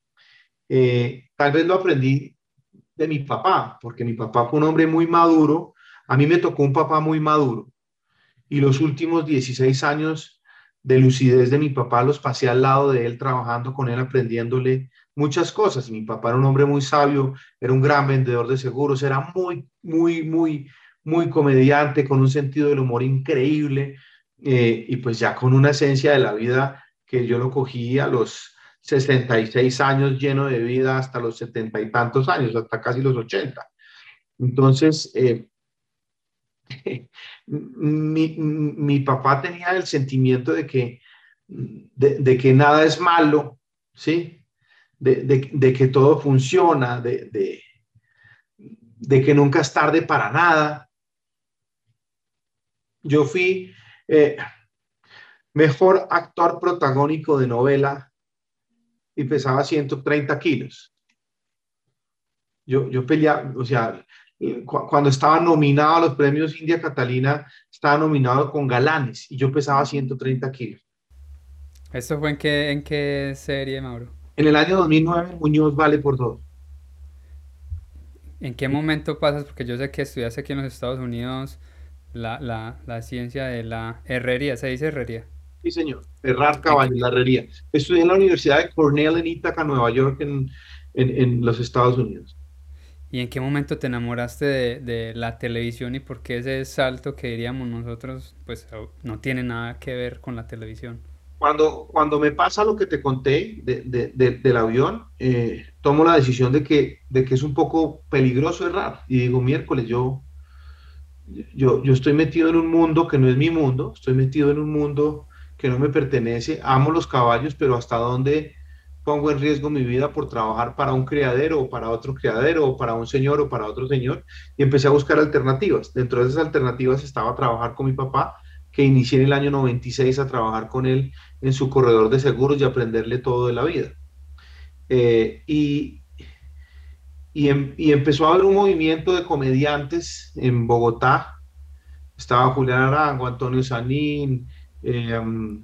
Eh, tal vez lo aprendí de mi papá, porque mi papá fue un hombre muy maduro. A mí me tocó un papá muy maduro y los últimos dieciséis años de lucidez de mi papá los pasé al lado de él, trabajando con él, aprendiéndole muchas cosas. Y mi papá era un hombre muy sabio, era un gran vendedor de seguros, era muy, muy, muy, muy comediante, con un sentido del humor increíble eh, y pues ya con una esencia de la vida que yo lo cogí a los sesenta y seis años lleno de vida hasta los setenta y tantos años, hasta casi los ochenta. Entonces, eh, mi, mi papá tenía el sentimiento de que, de, de que nada es malo, ¿sí? De, de, de que todo funciona, de, de, de, que nunca es tarde para nada. Yo fui eh, mejor actor protagónico de novela y pesaba ciento treinta kilos. Yo, yo peleaba, o sea, cu cuando estaba nominado a los premios India Catalina, estaba nominado con Galanes y yo pesaba ciento treinta kilos. ¿Esto fue en qué, en qué serie, Mauro? En el año dos mil nueve, Muñoz vale por dos. ¿En qué momento pasas? Porque yo sé que estudiaste aquí en los Estados Unidos la, la, la ciencia de la herrería, ¿se dice herrería? Sí, señor. Ferrar ¿En qué, Caballo, la herrería. Estudié en la Universidad de Cornell en Ithaca, Nueva York, en, en, en los Estados Unidos. ¿Y en qué momento te enamoraste de, de la televisión y por qué ese salto que diríamos nosotros, pues no tiene nada que ver con la televisión? Cuando, cuando me pasa lo que te conté de, de, de, del avión, eh, tomo la decisión de que, de que es un poco peligroso errar. Y digo, miércoles, yo, yo, yo estoy metido en un mundo que no es mi mundo, estoy metido en un mundo que no me pertenece, amo los caballos, pero hasta dónde pongo en riesgo mi vida por trabajar para un criadero o para otro criadero o para un señor o para otro señor. Y empecé a buscar alternativas. Dentro de esas alternativas estaba trabajar con mi papá, que inicié en el año noventa y seis a trabajar con él en su corredor de seguros y aprenderle todo de la vida. Eh, y, y, em, y empezó a haber un movimiento de comediantes en Bogotá. Estaba Julián Arango, Antonio Sanín, eh, um,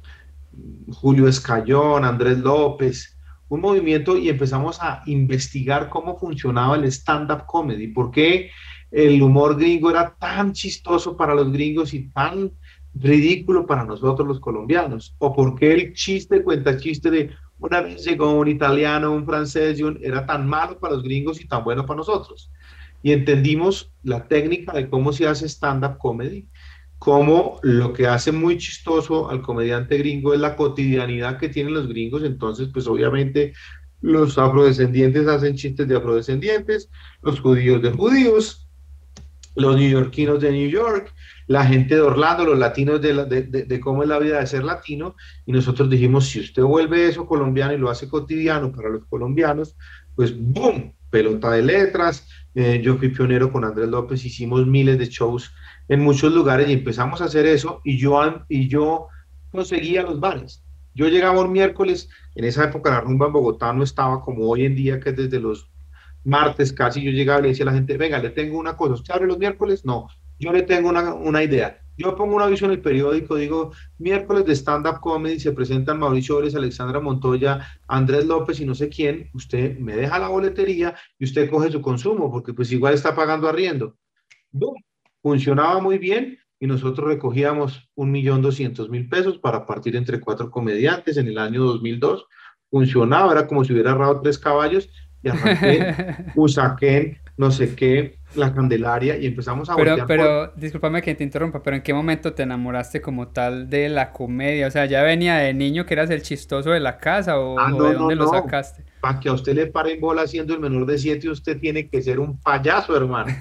Julio Escayón, Andrés López, un movimiento, y empezamos a investigar cómo funcionaba el stand-up comedy, por qué el humor gringo era tan chistoso para los gringos y tan ridículo para nosotros los colombianos, o por qué el chiste, cuenta chiste de una vez llegó un italiano, un francés, y un, era tan malo para los gringos y tan bueno para nosotros. Y entendimos la técnica de cómo se hace stand-up comedy, como lo que hace muy chistoso al comediante gringo es la cotidianidad que tienen los gringos. Entonces, pues obviamente los afrodescendientes hacen chistes de afrodescendientes, los judíos de judíos, los neoyorquinos de New York, la gente de Orlando, los latinos de, la, de, de, de cómo es la vida de ser latino. Y nosotros dijimos, si usted vuelve eso colombiano y lo hace cotidiano para los colombianos, pues ¡boom! Pelota de letras. Eh, yo fui pionero con Andrés López, hicimos miles de shows en muchos lugares y empezamos a hacer eso, y yo, y yo conseguía los bares. Yo llegaba un miércoles, en esa época la rumba en Bogotá no estaba como hoy en día, que es desde los martes casi. Yo llegaba y le decía a la gente, venga, le tengo una cosa, ¿usted abre los miércoles? No, yo le tengo una, una idea. Yo pongo un aviso en el periódico, digo, miércoles de stand-up comedy, se presentan Mauricio Vélez, Alexandra Montoya, Andrés López y no sé quién. Usted me deja la boletería y usted coge su consumo, porque pues igual está pagando arriendo. ¡Bum! Funcionaba muy bien y nosotros recogíamos un millón doscientos mil pesos para partir entre cuatro comediantes en el año dos mil dos. Funcionaba, era como si hubiera agarrado tres caballos y arranqué, Usaquén, no sé qué, La Candelaria, y empezamos a Pero, voltear pero, por... discúlpame que te interrumpa, pero ¿en qué momento te enamoraste como tal de la comedia? O sea, ¿ya venía de niño que eras el chistoso de la casa o, Ah, o no, de no, dónde lo no. sacaste? Para que a usted le paren bola siendo el menor de siete, usted tiene que ser un payaso, hermano.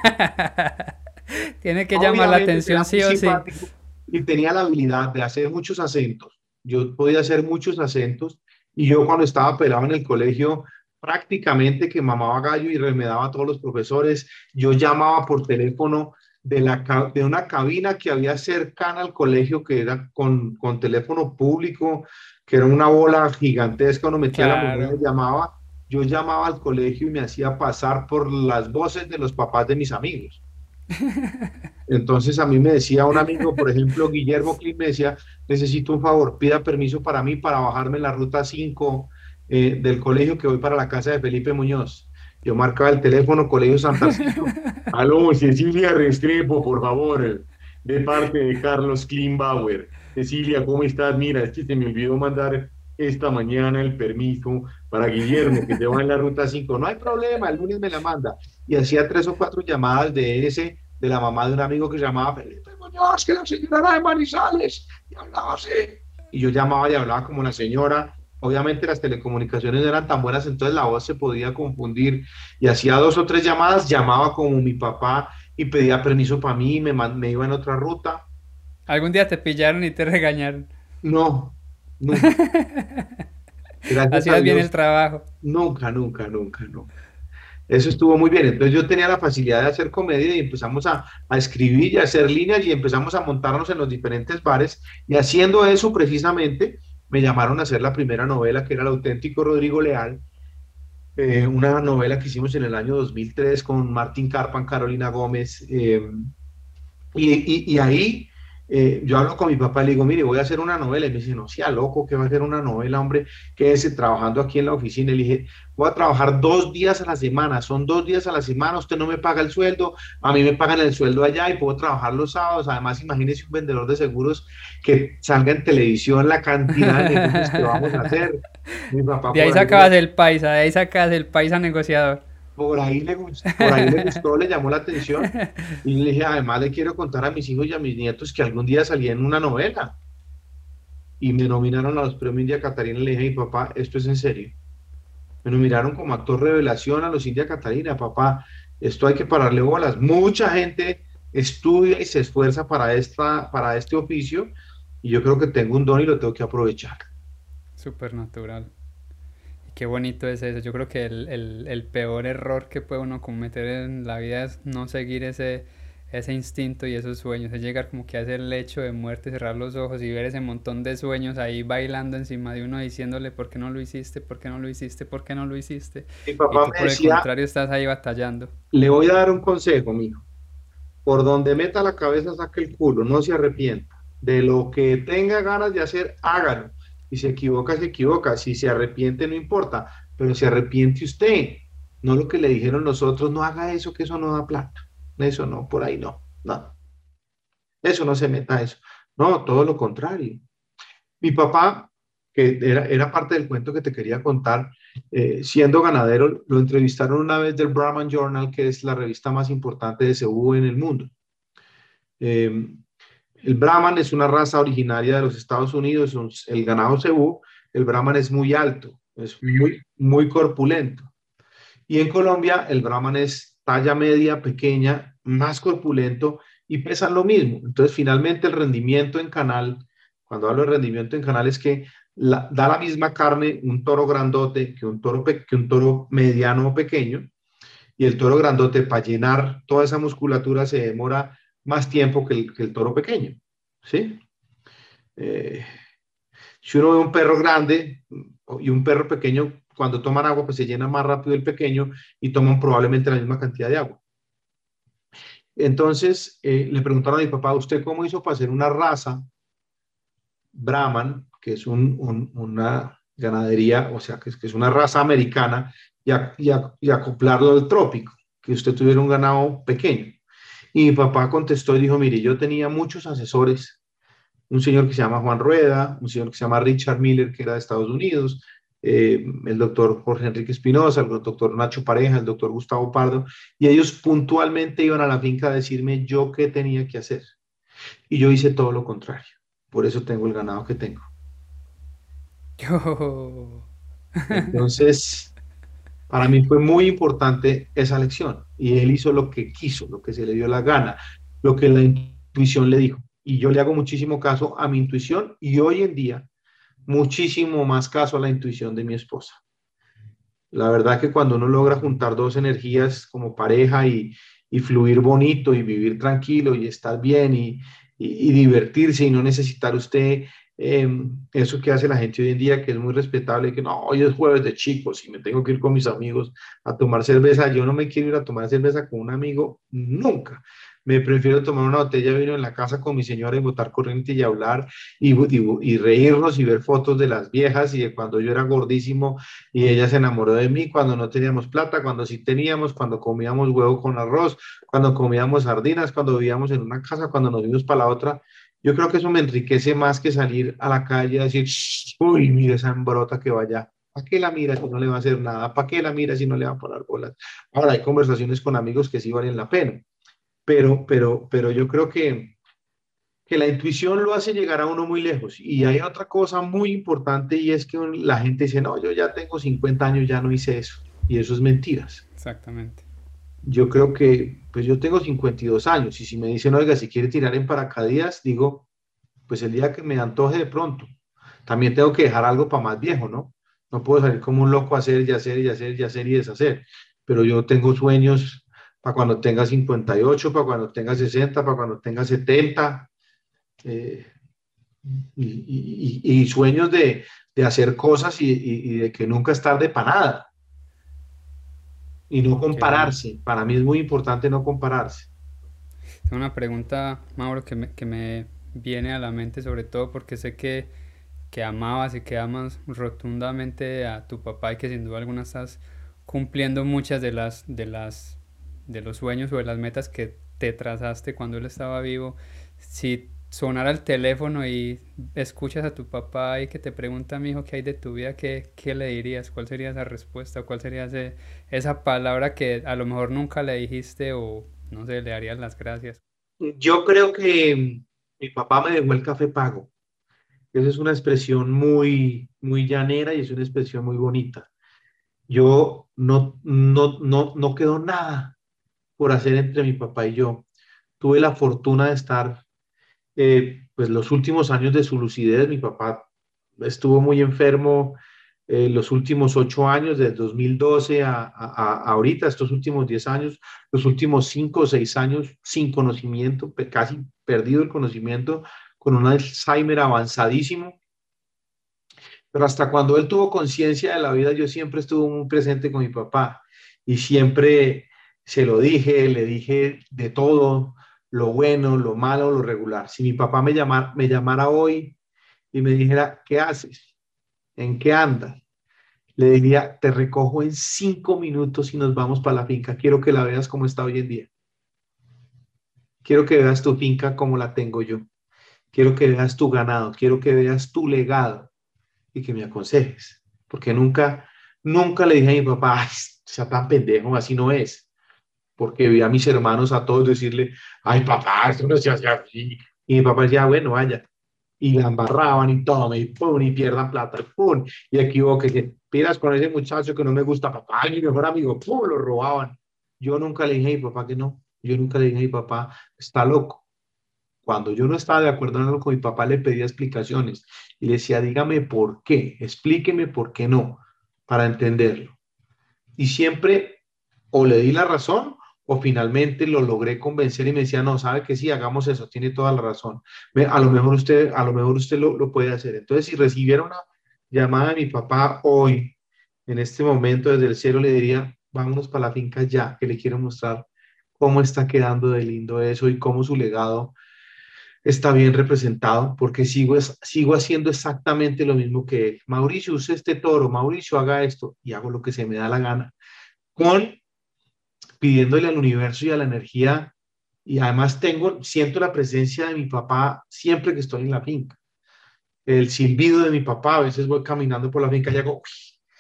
Tiene que llamar la Obviamente atención era muy sí o sí. simpático y tenía la habilidad de hacer muchos acentos. Yo podía hacer muchos acentos, y yo cuando estaba pelado en el colegio prácticamente que mamaba gallo y remedaba a todos los profesores. Yo llamaba por teléfono de, la, de una cabina que había cercana al colegio, que era con, con teléfono público, que era una bola gigantesca, uno metía la moneda Claro. y llamaba. Yo llamaba al colegio y me hacía pasar por las voces de los papás de mis amigos. Entonces a mí me decía un amigo, por ejemplo, Guillermo Clint, me decía, necesito un favor, pida permiso para mí para bajarme en la ruta cinco eh, del colegio, que voy para la casa de Felipe Muñoz. Yo marcaba el teléfono, Colegio Santarcillo. Aló, Cecilia Restrepo, por favor, de parte de Carlos Klimmbauer. Cecilia, ¿cómo estás? Mira, es que se me olvidó mandar esta mañana el permiso para Guillermo, que te va en la ruta cinco. No hay problema, el lunes me la manda. Y hacía tres o cuatro llamadas de ese, de la mamá de un amigo que se llamaba Felipe Muñoz, que la señora era de Manizales, y hablaba así. Y yo llamaba y hablaba como la señora. Obviamente las telecomunicaciones no eran tan buenas, entonces la voz se podía confundir, y hacía dos o tres llamadas, llamaba como mi papá y pedía permiso para mí, y me, me iba en otra ruta. ¿Algún día te pillaron y te regañaron? No, nunca. Gracias a Hacías bien el Dios, trabajo. nunca, nunca, nunca, nunca. Eso estuvo muy bien. Entonces yo tenía la facilidad de hacer comedia y empezamos a, a escribir y a hacer líneas y empezamos a montarnos en los diferentes bares, y haciendo eso precisamente me llamaron a hacer la primera novela, que era El auténtico Rodrigo Leal, eh, una novela que hicimos en el año dos mil tres con Martín Carpan, Carolina Gómez, eh, y, y, y ahí eh, yo hablo con mi papá y le digo, mire, voy a hacer una novela. Y me dice, no sea loco, ¿qué va a hacer una novela, hombre? Quédese trabajando aquí en la oficina. Y le dije, voy a trabajar dos días a la semana, son dos días a la semana, usted no me paga el sueldo, a mí me pagan el sueldo allá y puedo trabajar los sábados. Además, imagínese un vendedor de seguros que salga en televisión, la cantidad de negocios que vamos a hacer. Mi papá De ahí por ahí, sacabas el paisa, de ahí sacabas el paisa negociador. por ahí le, gus- por ahí le gustó, le llamó la atención. Y le dije, además le quiero contar a mis hijos y a mis nietos que algún día salí en una novela y me nominaron a los premios India Catarina. Le dije, "Mi papá, esto es en serio. Me nominaron como actor revelación a los India Catarina, papá. Esto hay que pararle bolas. Mucha gente estudia y se esfuerza para, esta, para este oficio y yo creo que tengo un don y lo tengo que aprovechar. Súper natural. Y qué bonito es eso. Yo creo que el, el, el peor error que puede uno cometer en la vida es no seguir ese, ese instinto y esos sueños. Es llegar como que a ese lecho de muerte, cerrar los ojos y ver ese montón de sueños ahí bailando encima de uno diciéndole por qué no lo hiciste, por qué no lo hiciste, por qué no lo hiciste. Mi Y papá tú me por el decía, contrario estás ahí batallando. le voy a dar un consejo, mijo. Por donde meta la cabeza, saque el culo, no se arrepienta. De lo que tenga ganas de hacer, hágalo. Si se equivoca, se equivoca. Si se arrepiente, no importa. Pero se arrepiente usted. No lo que le dijeron los otros, no haga eso, que eso no da plata. Eso no, por ahí no. No, eso no se meta a eso. No, todo lo contrario. Mi papá, que era, era parte del cuento que te quería contar, eh, siendo ganadero, lo entrevistaron una vez del Brahman Journal, que es la revista más importante de cebú en el mundo. Eh, el Brahman es una raza originaria de los Estados Unidos, son- el ganado cebú, el Brahman es muy alto, es muy, muy corpulento. Y en Colombia el Brahman es talla media, pequeña, más corpulento y pesan lo mismo. Entonces finalmente el rendimiento en canal, cuando hablo de rendimiento en canal es que la- da la misma carne un toro grandote que un toro, pe- que un toro mediano o pequeño, y el toro grandote para llenar toda esa musculatura se demora más tiempo que el, que el toro pequeño, ¿sí? Eh, si uno ve un perro grande y un perro pequeño, cuando toman agua, pues se llena más rápido el pequeño y toman probablemente la misma cantidad de agua. Entonces, eh, le preguntaron a mi papá, ¿usted cómo hizo para hacer una raza Brahman, que es un, un, una ganadería, o sea, que es, que es una raza americana, y, a, y, a, y acoplarlo al trópico, que usted tuviera un ganado pequeño? Y mi papá contestó y dijo, mire, yo tenía muchos asesores, un señor que se llama Juan Rueda, un señor que se llama Richard Miller, que era de Estados Unidos, eh, el doctor Jorge Enrique Espinosa, el doctor Nacho Pareja, el doctor Gustavo Pardo, y ellos puntualmente iban a la finca a decirme yo qué tenía que hacer. Y yo hice todo lo contrario. Por eso tengo el ganado que tengo. Yo... Entonces, para mí fue muy importante esa lección. Y él hizo lo que quiso, lo que se le dio la gana, lo que la intuición le dijo. Y yo le hago muchísimo caso a mi intuición y hoy en día muchísimo más caso a la intuición de mi esposa. La verdad que cuando uno logra juntar dos energías como pareja y, y fluir bonito y vivir tranquilo y estar bien y, y, y divertirse y no necesitar usted eh, eso que hace la gente hoy en día, que es muy respetable, que no, hoy es jueves de chicos y me tengo que ir con mis amigos a tomar cerveza. Yo no me quiero ir a tomar cerveza con un amigo nunca. Me prefiero tomar una botella de vino en la casa con mi señora y botar corriente y hablar y, y, y reírnos y ver fotos de las viejas y de cuando yo era gordísimo y ella se enamoró de mí cuando no teníamos plata, cuando sí teníamos, cuando comíamos huevo con arroz, cuando comíamos sardinas, cuando vivíamos en una casa, cuando nos vimos para la otra. Yo creo que eso me enriquece más que salir a la calle a decir, uy, mira esa embrota que vaya. ¿Para qué la mira si no le va a hacer nada? ¿Para qué la mira si no le va a poner bolas? Ahora hay conversaciones con amigos que sí valen la pena, pero, pero, pero yo creo que, que la intuición lo hace llegar a uno muy lejos. Y hay otra cosa muy importante y es que la gente dice, no, yo ya tengo cincuenta años, ya no hice eso. Y eso es mentiras. Exactamente. Yo creo que, pues yo tengo cincuenta y dos años y si me dicen, oiga, si quiere tirar en paracaídas, digo, pues el día que me antoje de pronto. También tengo que dejar algo para más viejo, ¿no? No puedo salir como un loco a hacer y hacer y hacer y hacer y deshacer. Pero yo tengo sueños para cuando tenga cincuenta y ocho, para cuando tenga sesenta, para cuando tenga setenta. Eh, y, y- y- y sueños de, de hacer cosas y, y- y de que nunca es tarde para nada y no Qué bueno. compararse. Para mí es muy importante no compararse. Tengo una pregunta, Mauro, que me, que me viene a la mente sobre todo porque sé que, que amabas y que amas rotundamente a tu papá y que sin duda alguna estás cumpliendo muchas de las, de las, de los sueños o de las metas que te trazaste cuando él estaba vivo. Si sonara el teléfono y escuchas a tu papá y que te pregunta, mi hijo, ¿qué hay de tu vida? ¿Qué, qué le dirías? ¿Cuál sería esa respuesta? ¿Cuál sería ese, esa palabra que a lo mejor nunca le dijiste o no sé, le darías las gracias? Yo creo que mi papá me dejó el café pago. Esa es una expresión muy, muy llanera y es una expresión muy bonita. Yo no, no, no, no quedó nada por hacer entre mi papá y yo. Tuve la fortuna de estar, eh, pues, los últimos años de su lucidez. Mi papá estuvo muy enfermo eh, los últimos ocho años, desde dos mil doce a, a, a ahorita, estos últimos diez años, los últimos cinco o seis años sin conocimiento, pe- casi perdido el conocimiento, con un Alzheimer avanzadísimo. Pero hasta cuando él tuvo conciencia de la vida, yo siempre estuve muy presente con mi papá y siempre se lo dije, le dije de todo, lo bueno, lo malo, lo regular. Si mi papá me llamara, me llamara hoy y me dijera, ¿qué haces? ¿En qué andas? Le diría, te recojo en cinco minutos y nos vamos para la finca. Quiero que la veas como está hoy en día. Quiero que veas tu finca como la tengo yo. Quiero que veas tu ganado. Quiero que veas tu legado y que me aconsejes. Porque nunca, nunca le dije a mi papá, ay, sea tan pendejo, así no es. Porque vi a mis hermanos a todos decirle, ay, papá, esto no se hace así. Y mi papá decía, bueno, vaya. Y la embarraban y tome, y pum, y pierdan plata, y pum, y equivoque, que pidas con ese muchacho que no me gusta, papá, mi mejor amigo, pum, lo robaban. Yo nunca le dije a mi papá que no. Yo nunca le dije a mi papá, está loco. Cuando yo no estaba de acuerdo en algo con mi papá, le pedía explicaciones y le decía, dígame por qué, explíqueme por qué no, para entenderlo. Y siempre o le di la razón o finalmente lo logré convencer y me decía, no, sabe que sí, hagamos eso, tiene toda la razón. A lo mejor usted, a lo mejor usted lo, lo puede hacer. Entonces, si recibiera una llamada de mi papá hoy, en este momento, desde el cielo, le diría, vámonos para la finca ya, que le quiero mostrar cómo está quedando de lindo eso y cómo su legado está bien representado, porque sigo, es, sigo haciendo exactamente lo mismo que él. Mauricio, use este toro, Mauricio, haga esto, y hago lo que se me da la gana, con pidiéndole al universo y a la energía, y además tengo, siento la presencia de mi papá siempre que estoy en la finca. El silbido de mi papá, a veces voy caminando por la finca y hago, uy,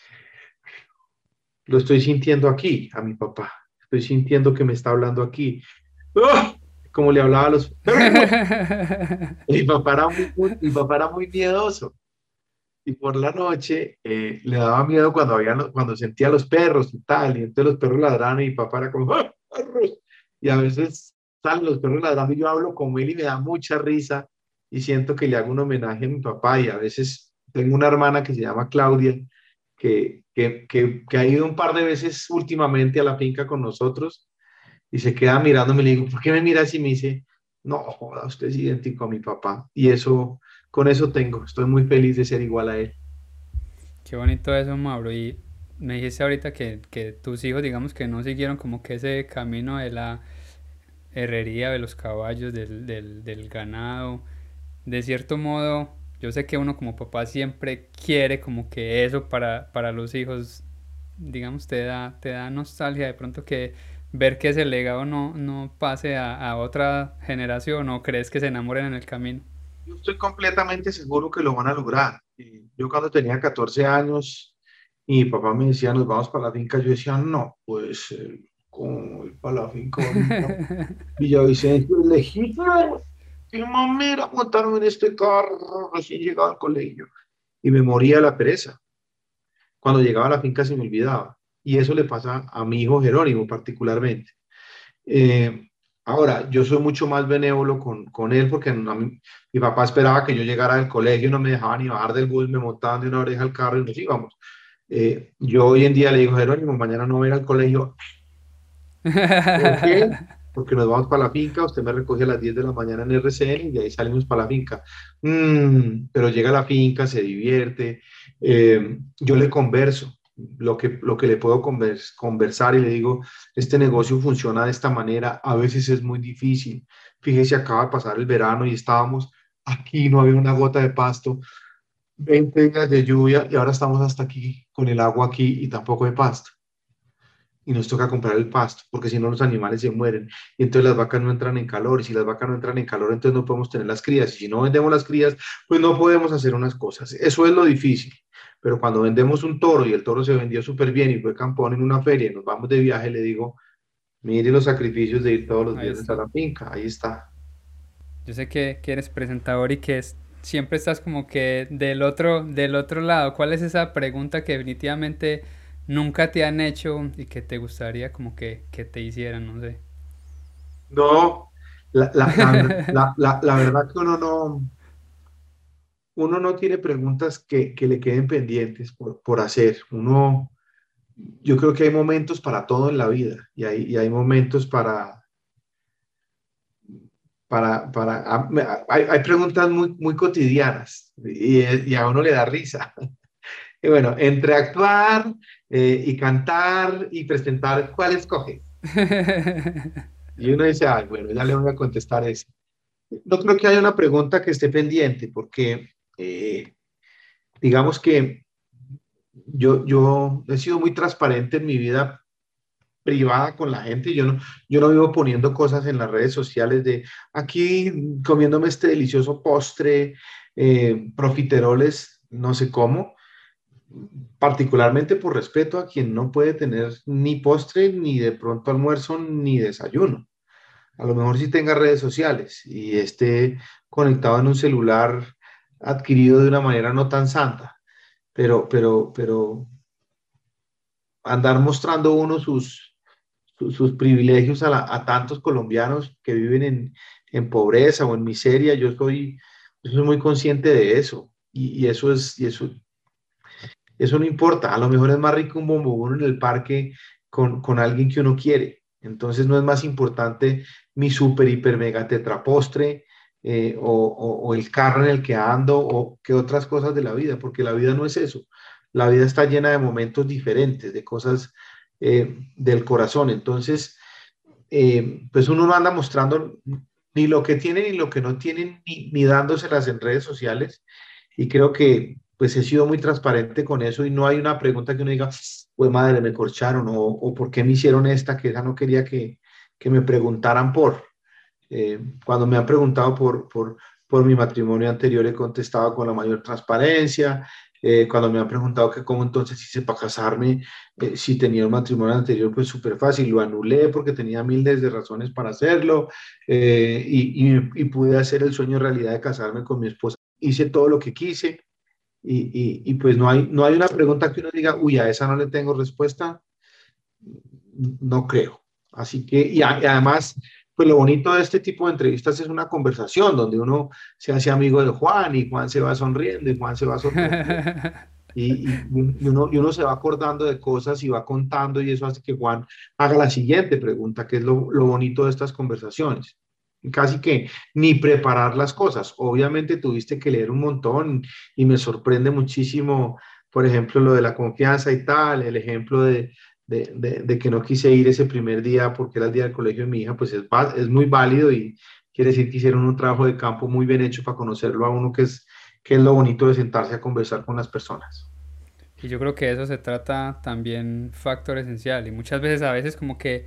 lo estoy sintiendo aquí, a mi papá. Estoy sintiendo que me está hablando aquí. ¡Oh! Como le hablaba a los perros. Mi papá era muy, muy- mi papá era muy miedoso. Y por la noche eh, le daba miedo cuando, había, cuando sentía los perros y tal, y entonces los perros ladraban y mi papá era como, ¡ah, perros! Y a veces salen los perros ladrando y yo hablo con él y me da mucha risa y siento que le hago un homenaje a mi papá y a veces tengo una hermana que se llama Claudia, que, que, que, que ha ido un par de veces últimamente a la finca con nosotros y se queda mirándome y le digo, ¿por qué me mira así? Y me dice, no, joda, usted es idéntico a mi papá. Y eso, con eso tengo, estoy muy feliz de ser igual a él. Qué bonito eso, Mauro. Y me dijiste ahorita que, que tus hijos, digamos que no siguieron como que ese camino de la herrería, de los caballos, del, del, del ganado. De cierto modo, yo sé que uno como papá siempre quiere como que eso para, para los hijos, digamos, te da, te da nostalgia de pronto que ver que ese legado no, no pase a, a otra generación o crees que se enamoren en el camino. Yo estoy completamente seguro que lo van a lograr. Y yo cuando tenía catorce años y mi papá me decía, nos vamos para la finca, yo decía, no, pues, eh, ¿cómo voy para la finca ahorita? Villavicencio es legítimo. Qué mamera montarme en este carro recién llegado al colegio. Y me moría de la pereza. Cuando llegaba a la finca se me olvidaba. Y eso le pasa a mi hijo Jerónimo particularmente. Eh, Ahora, yo soy mucho más benévolo con, con él porque a mí- mi papá esperaba que yo llegara del colegio, no me dejaba ni bajar del bus, me montaban de una oreja al carro y nos íbamos. Eh, yo hoy en día le digo, Jerónimo, mañana no voy a ir al colegio. ¿Por qué? Porque nos vamos para la finca, usted me recoge a las diez de la mañana en R C N y de ahí salimos para la finca. Mm, pero llega a la finca, se divierte, eh, yo le converso, lo que, lo que le puedo convers- conversar y le digo, este negocio funciona de esta manera, a veces es muy difícil. Fíjese, acaba de pasar el verano y estábamos aquí, no había una gota de pasto, veinte días de lluvia y ahora estamos hasta aquí con el agua aquí y tampoco de pasto. y nos toca comprar el pasto, porque si no los animales se mueren y entonces las vacas no entran en calor y si las vacas no entran en calor entonces no podemos tener las crías y si no vendemos las crías pues no podemos hacer unas cosas. Eso es lo difícil, pero cuando vendemos un toro y el toro se vendió súper bien y fue campeón en una feria y nos vamos de viaje, le digo, mire los sacrificios de ir todos los Ahí viernes a está. la finca, ahí está. Yo sé que, que eres presentador y que es- siempre estás como que del otro, del otro lado. ¿Cuál es esa pregunta que definitivamente nunca te han hecho y que te gustaría como que, que te hicieran? No sé. No, la, la, la, la, la, la verdad que uno no, uno no tiene preguntas que, que le queden pendientes por, por hacer. Uno, yo creo que hay momentos para todo en la vida y hay, y hay momentos para, para, para a- me- hay, hay preguntas muy, muy cotidianas y, y a uno le da risa. Y bueno, entre actuar eh, y cantar y presentar, ¿cuál escoge? Y uno dice, ay, bueno, ya le voy a contestar eso. No creo que haya una pregunta que esté pendiente porque eh, digamos que yo, yo he sido muy transparente en mi vida privada con la gente. Yo no, yo no vivo poniendo cosas en las redes sociales de aquí comiéndome este delicioso postre, eh, profiteroles, no sé cómo, particularmente por respeto a quien no puede tener ni postre, ni de pronto almuerzo, ni desayuno. A lo mejor sí tenga redes sociales y esté conectado en un celular adquirido de una manera no tan santa, pero, pero, pero andar mostrando uno sus, sus, sus privilegios a, la- a tantos colombianos que viven en, en pobreza o en miseria. Yo soy, yo soy muy consciente de eso y, y eso es, y eso, eso no importa. A lo mejor es más rico un bombón en el parque con, con alguien que uno quiere. Entonces no es más importante mi super, hiper, mega tetrapostre eh, o, o, o el carro en el que ando o que otras cosas de la vida, porque la vida no es eso. La vida está llena de momentos diferentes, de cosas eh, del corazón. Entonces, eh, pues uno no anda mostrando ni lo que tiene ni lo que no tiene, ni, ni dándoselas en redes sociales. Y creo que pues he sido muy transparente con eso y no hay una pregunta que uno diga, pues madre, me corcharon o, o por qué me hicieron esta, que esa no quería que, que me preguntaran por. Eh, cuando me han preguntado por, por, por mi matrimonio anterior, he contestado con la mayor transparencia. Eh, cuando me han preguntado que cómo entonces hice para casarme, eh, si tenía un matrimonio anterior, pues súper fácil, lo anulé porque tenía miles de razones para hacerlo eh, y, y, y pude hacer el sueño realidad de casarme con mi esposa. Hice todo lo que quise y, y, y pues no hay, no hay una pregunta que uno diga, uy, a esa no le tengo respuesta, no creo. Así que, y, a, y además, pues lo bonito de este tipo de entrevistas es una conversación donde uno se hace amigo de Juan y Juan se va sonriendo y Juan se va sorprendiendo. Y, y, y uno, y uno se va acordando de cosas y va contando y eso hace que Juan haga la siguiente pregunta, que es lo, lo bonito de estas conversaciones. Casi que ni preparar las cosas. Obviamente tuviste que leer un montón y me sorprende muchísimo, por ejemplo, lo de la confianza y tal, el ejemplo de, de, de, de que no quise ir ese primer día porque era el día del colegio de mi hija, pues es, es muy válido y quiere decir que hicieron un trabajo de campo muy bien hecho para conocerlo a uno, que es, que es lo bonito de sentarse a conversar con las personas. Y yo creo que de eso se trata también factor esencial. Y muchas veces, a veces como que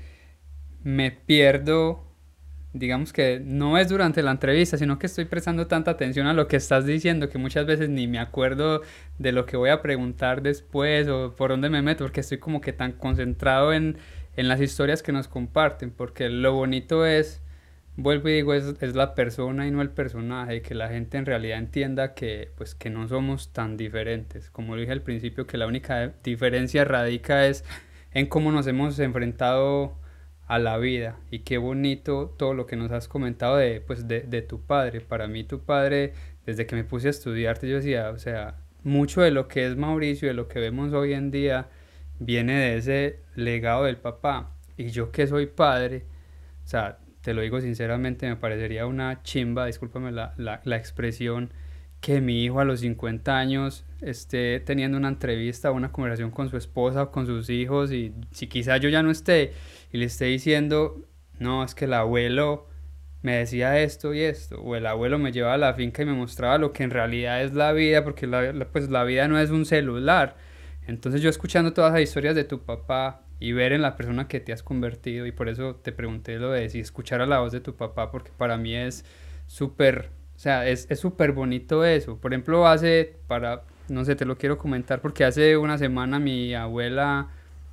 me pierdo, digamos que no es durante la entrevista, sino que estoy prestando tanta atención a lo que estás diciendo que muchas veces ni me acuerdo de lo que voy a preguntar después o por dónde me meto, porque estoy como que tan concentrado en, en las historias que nos comparten, porque lo bonito es, vuelvo y digo, es, es la persona y no el personaje, que la gente en realidad entienda que, pues, que no somos tan diferentes. Como lo dije al principio, que la única diferencia radica es en cómo nos hemos enfrentado a la vida. Y qué bonito todo lo que nos has comentado de, pues, de, de tu padre. Para mí tu padre, desde que me puse a estudiarte, yo decía, o sea, mucho de lo que es Mauricio, de lo que vemos hoy en día, viene de ese legado del papá. Y yo que soy padre, o sea, te lo digo sinceramente, me parecería una chimba, discúlpame la, la, la expresión, que mi hijo a los cincuenta años esté teniendo una entrevista o una conversación con su esposa o con sus hijos y si quizá yo ya no esté y le esté diciendo, no, es que el abuelo me decía esto y esto, o el abuelo me llevaba a la finca y me mostraba lo que en realidad es la vida, porque la, la- pues la vida no es un celular. Entonces yo escuchando todas las historias de tu papá y ver en la persona que te has convertido. Y por eso te pregunté lo de si escuchar a la voz de tu papá, porque para mí es súper, o sea, es es súper bonito eso. Por ejemplo, hace, para, no sé, te lo quiero comentar, porque hace una semana mi abuela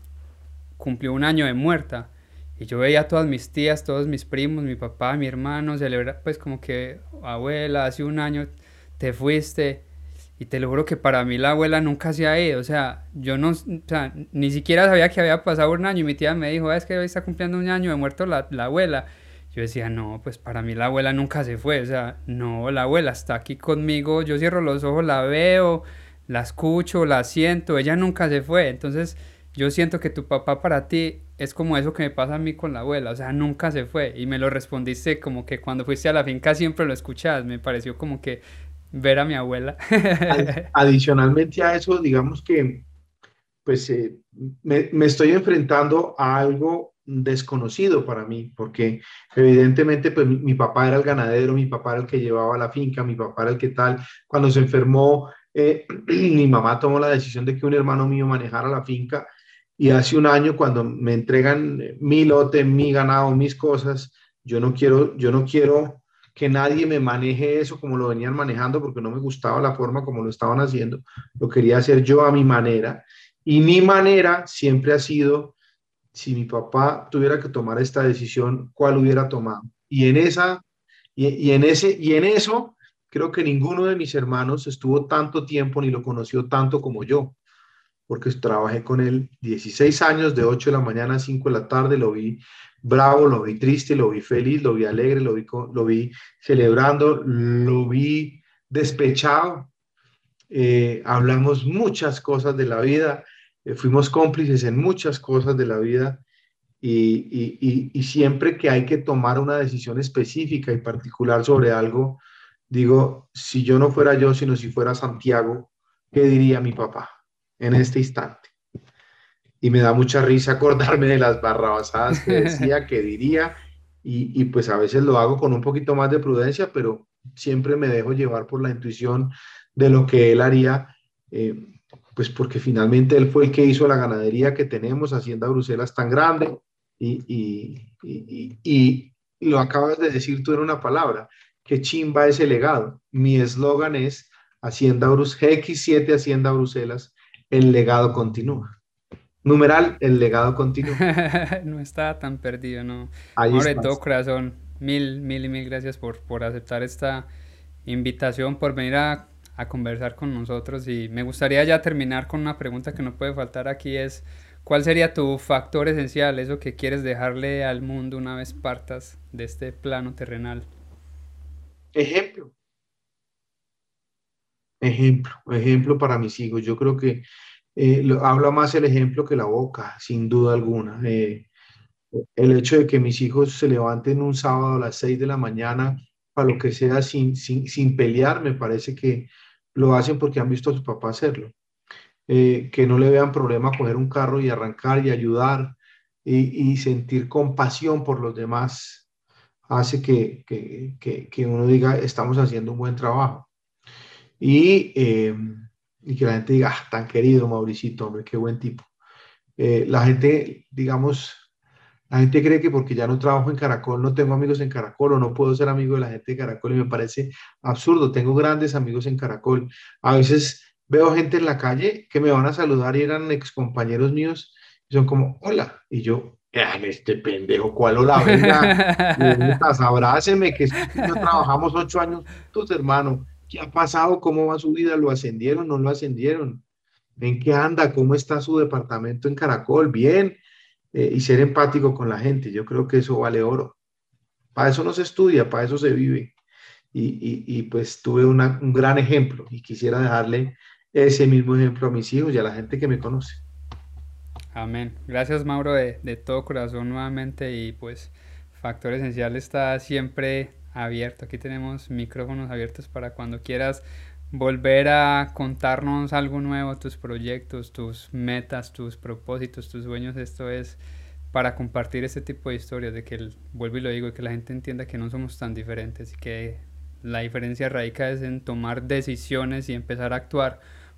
cumplió un año de muerta. Y yo veía a todas mis tías, todos mis primos, mi papá, mi hermano, celebrar, pues como que, abuela, hace un año te fuiste. Y te lo juro que para mí la abuela nunca se ha ido. O sea, yo no, o sea, ni siquiera sabía que había pasado un año. Y mi tía me dijo, "Ah, es que hoy está cumpliendo un año de muerto la, la abuela". Yo decía, no, pues para mí la abuela nunca se fue. O sea, no, la abuela está aquí conmigo. Yo cierro los ojos, la veo, la escucho, la siento. Ella nunca se fue. Entonces, yo siento que tu papá para ti es como eso que me pasa a mí con la abuela. O sea, nunca se fue. Y me lo respondiste como que cuando fuiste a la finca siempre lo escuchabas. Me pareció como que ver a mi abuela. Adi- Adicionalmente a eso, digamos que pues eh, me, me estoy enfrentando a algo desconocido para mí, porque evidentemente pues mi, mi papá era el ganadero, mi papá era el que llevaba la finca, mi papá era el que tal. Cuando se enfermó, eh, mi mamá tomó la decisión de que un hermano mío manejara la finca y hace un año cuando me entregan eh, mi lote, mi ganado, mis cosas, yo no quiero, yo no quiero que nadie me maneje eso como lo venían manejando porque no me gustaba la forma como lo estaban haciendo, lo quería hacer yo a mi manera y mi manera siempre ha sido, si mi papá tuviera que tomar esta decisión, ¿cuál hubiera tomado? Y en esa, y, y en ese, y en eso, creo que ninguno de mis hermanos estuvo tanto tiempo ni lo conoció tanto como yo, porque trabajé con él dieciséis años, de ocho de la mañana a cinco de la tarde, lo vi bravo, lo vi triste, lo vi feliz, lo vi alegre, lo vi, lo vi celebrando, lo vi despechado, eh, hablamos muchas cosas de la vida, eh, fuimos cómplices en muchas cosas de la vida y, y, y, y siempre que hay que tomar una decisión específica y particular sobre algo, digo, si yo no fuera yo, sino si fuera Santiago, ¿qué diría mi papá en este instante? Y me da mucha risa acordarme de las barrabasadas que decía, que diría, y, y pues a veces lo hago con un poquito más de prudencia, pero siempre me dejo llevar por la intuición de lo que él haría, eh, pues porque finalmente él fue el que hizo la ganadería que tenemos, Hacienda Bruselas tan grande, y, y, y, y, y lo acabas de decir tú en una palabra, qué chimba ese legado. Mi eslogan es Hacienda Brus, G X siete Hacienda Bruselas, el legado continúa. Numeral, el legado continúa. No estaba tan perdido, no. Ahí Mauro, de todo estás. corazón, mil, mil y mil gracias por, por aceptar esta invitación, por venir a, a conversar con nosotros. Y me gustaría ya terminar con una pregunta que no puede faltar aquí, es, ¿cuál sería tu factor esencial, eso que quieres dejarle al mundo una vez partas de este plano terrenal? Ejemplo, ejemplo, ejemplo para mis hijos. Yo creo que eh, lo- habla más el ejemplo que la boca, sin duda alguna. Eh, el hecho de que mis hijos se levanten un sábado a las seis de la mañana, para lo que sea, sin, sin, sin pelear, me parece que lo hacen porque han visto a su papá hacerlo. Eh, que no le vean problema coger un carro y arrancar y ayudar y, y sentir compasión por los demás hace que, que, que, que uno diga, estamos haciendo un buen trabajo. Y, eh, y que la gente diga, ah, tan querido Mauricito, hombre, qué buen tipo. Eh, la gente, digamos, la gente cree que porque ya no trabajo en Caracol, no tengo amigos en Caracol o no puedo ser amigo de la gente de Caracol y me parece absurdo. Tengo grandes amigos en Caracol. A veces veo gente en la calle que me van a saludar y eran ex compañeros míos y son como, hola. Y yo, "Ah, este pendejo, ¿cuál hola? Venga, ¿de dónde estás? Abráceme, que es que usted y yo trabajamos ocho años juntos, hermano. ¿Qué ha pasado? ¿Cómo va su vida? ¿Lo ascendieron? ¿No lo ascendieron? ¿En qué anda? ¿Cómo está su departamento en Caracol? Bien, eh, y ser empático con la gente. Yo creo que eso vale oro. Para eso no se estudia, para eso se vive. Y, y, y pues tuve una, un gran ejemplo y quisiera dejarle ese mismo ejemplo a mis hijos y a la gente que me conoce. Amén. Gracias, Mauro, de, de todo corazón nuevamente. Y pues Factor Esencial está siempre abierto. Aquí tenemos micrófonos abiertos para cuando quieras volver a contarnos algo nuevo, tus proyectos, tus metas, tus propósitos, tus sueños. Esto es para compartir este tipo de historias, de que, el, vuelvo y lo digo, que la gente entienda que no somos tan diferentes y que la diferencia radica es en tomar decisiones y empezar a actuar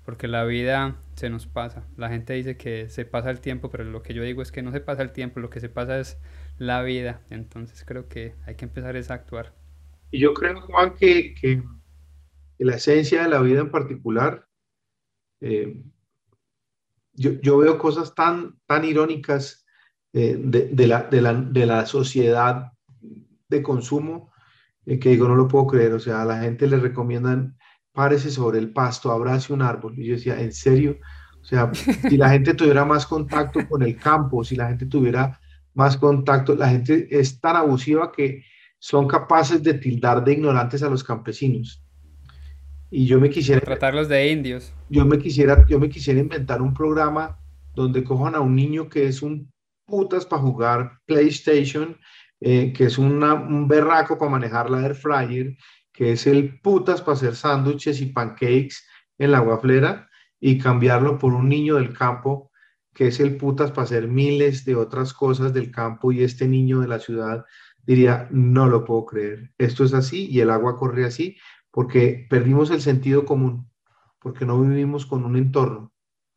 porque la vida se nos pasa. La gente dice que se pasa el tiempo, pero lo que yo digo es que no se pasa el tiempo, lo que se pasa es la vida. Entonces creo que hay que empezar es a actuar. Y yo creo, Juan, que, que la esencia de la vida en particular, eh, yo, yo veo cosas tan, tan irónicas eh, de, de la, de, la, de la sociedad de consumo eh, que digo, no lo puedo creer. O sea, a la gente le recomiendan, párese sobre el pasto, abrace un árbol. Y yo decía, ¿en serio? O sea, si la gente tuviera más contacto con el campo, si la gente tuviera más contacto, la gente es tan abusiva que son capaces de tildar de ignorantes a los campesinos. Y yo me O quisiera tratarlos de indios. yo me quisiera, yo me quisiera inventar un programa donde cojan a un niño que es un putas para jugar PlayStation, eh, que es una- un berraco para manejar la air fryer, que es el putas para hacer sándwiches y pancakes en la guaflera y cambiarlo por un niño del campo que es el putas para hacer miles de otras cosas del campo y este niño de la ciudad diría, no lo puedo creer, esto es así y el agua corre así porque perdimos el sentido común porque no vivimos con un entorno.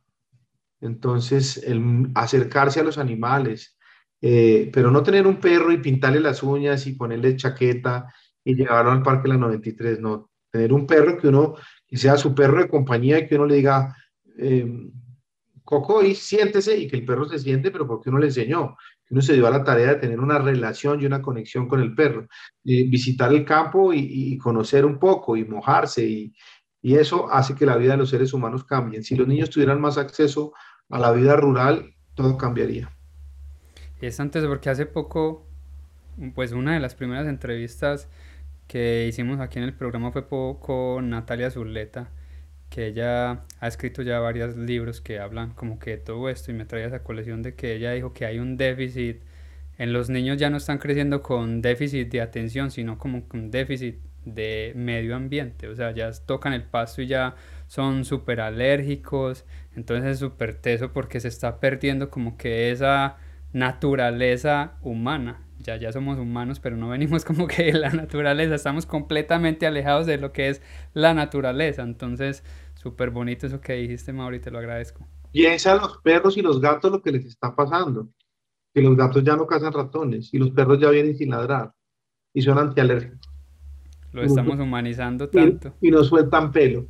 Entonces, el acercarse a los animales, eh, pero no tener un perro y pintarle las uñas y ponerle chaqueta y llevarlo al Parque La noventa y tres, no. Tener un perro que uno, que sea su perro de compañía y que uno le diga, eh, Coco, y siéntese y que el perro se siente, pero porque uno le enseñó, que uno se dio a la tarea de tener una relación y una conexión con el perro, y visitar el campo y, y conocer un poco y mojarse y, y eso hace que la vida de los seres humanos cambie. Si los niños tuvieran más acceso a la vida rural, todo cambiaría. Y es antes porque hace poco, pues una de las primeras entrevistas que hicimos aquí en el programa fue po- con Natalia Zurleta, que ella ha escrito ya varios libros que hablan como que de todo esto y me trae esa colección de que ella dijo que hay un déficit en los niños, ya no están creciendo con déficit de atención, sino como con déficit de medio ambiente, o sea, ya tocan el pasto y ya son súper alérgicos, entonces es súper teso porque se está perdiendo como que esa naturaleza humana. Ya, ya somos humanos, pero no venimos como que de la naturaleza, estamos completamente alejados de lo que es la naturaleza. Entonces, súper bonito eso que dijiste, Mauri, te lo agradezco. Piensa a los perros y los gatos lo que les está pasando, que los gatos ya no cazan ratones y los perros ya vienen sin ladrar y son antialérgicos Lo y no, estamos humanizando y, tanto. y no sueltan pelo.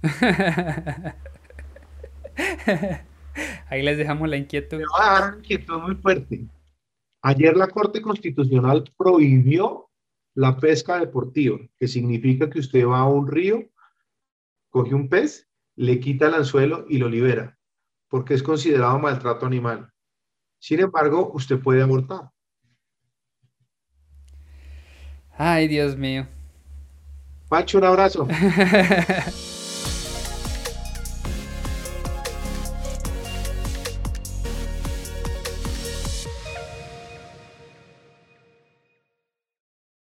Ahí les dejamos la Me inquietud. va a dar una inquietud muy fuerte. Ayer la Corte Constitucional prohibió la pesca deportiva, que significa que usted va a un río, coge un pez, le quita el anzuelo y lo libera, porque es considerado maltrato animal. Sin embargo, usted puede abortar. Ay, Dios mío. Pacho, un abrazo.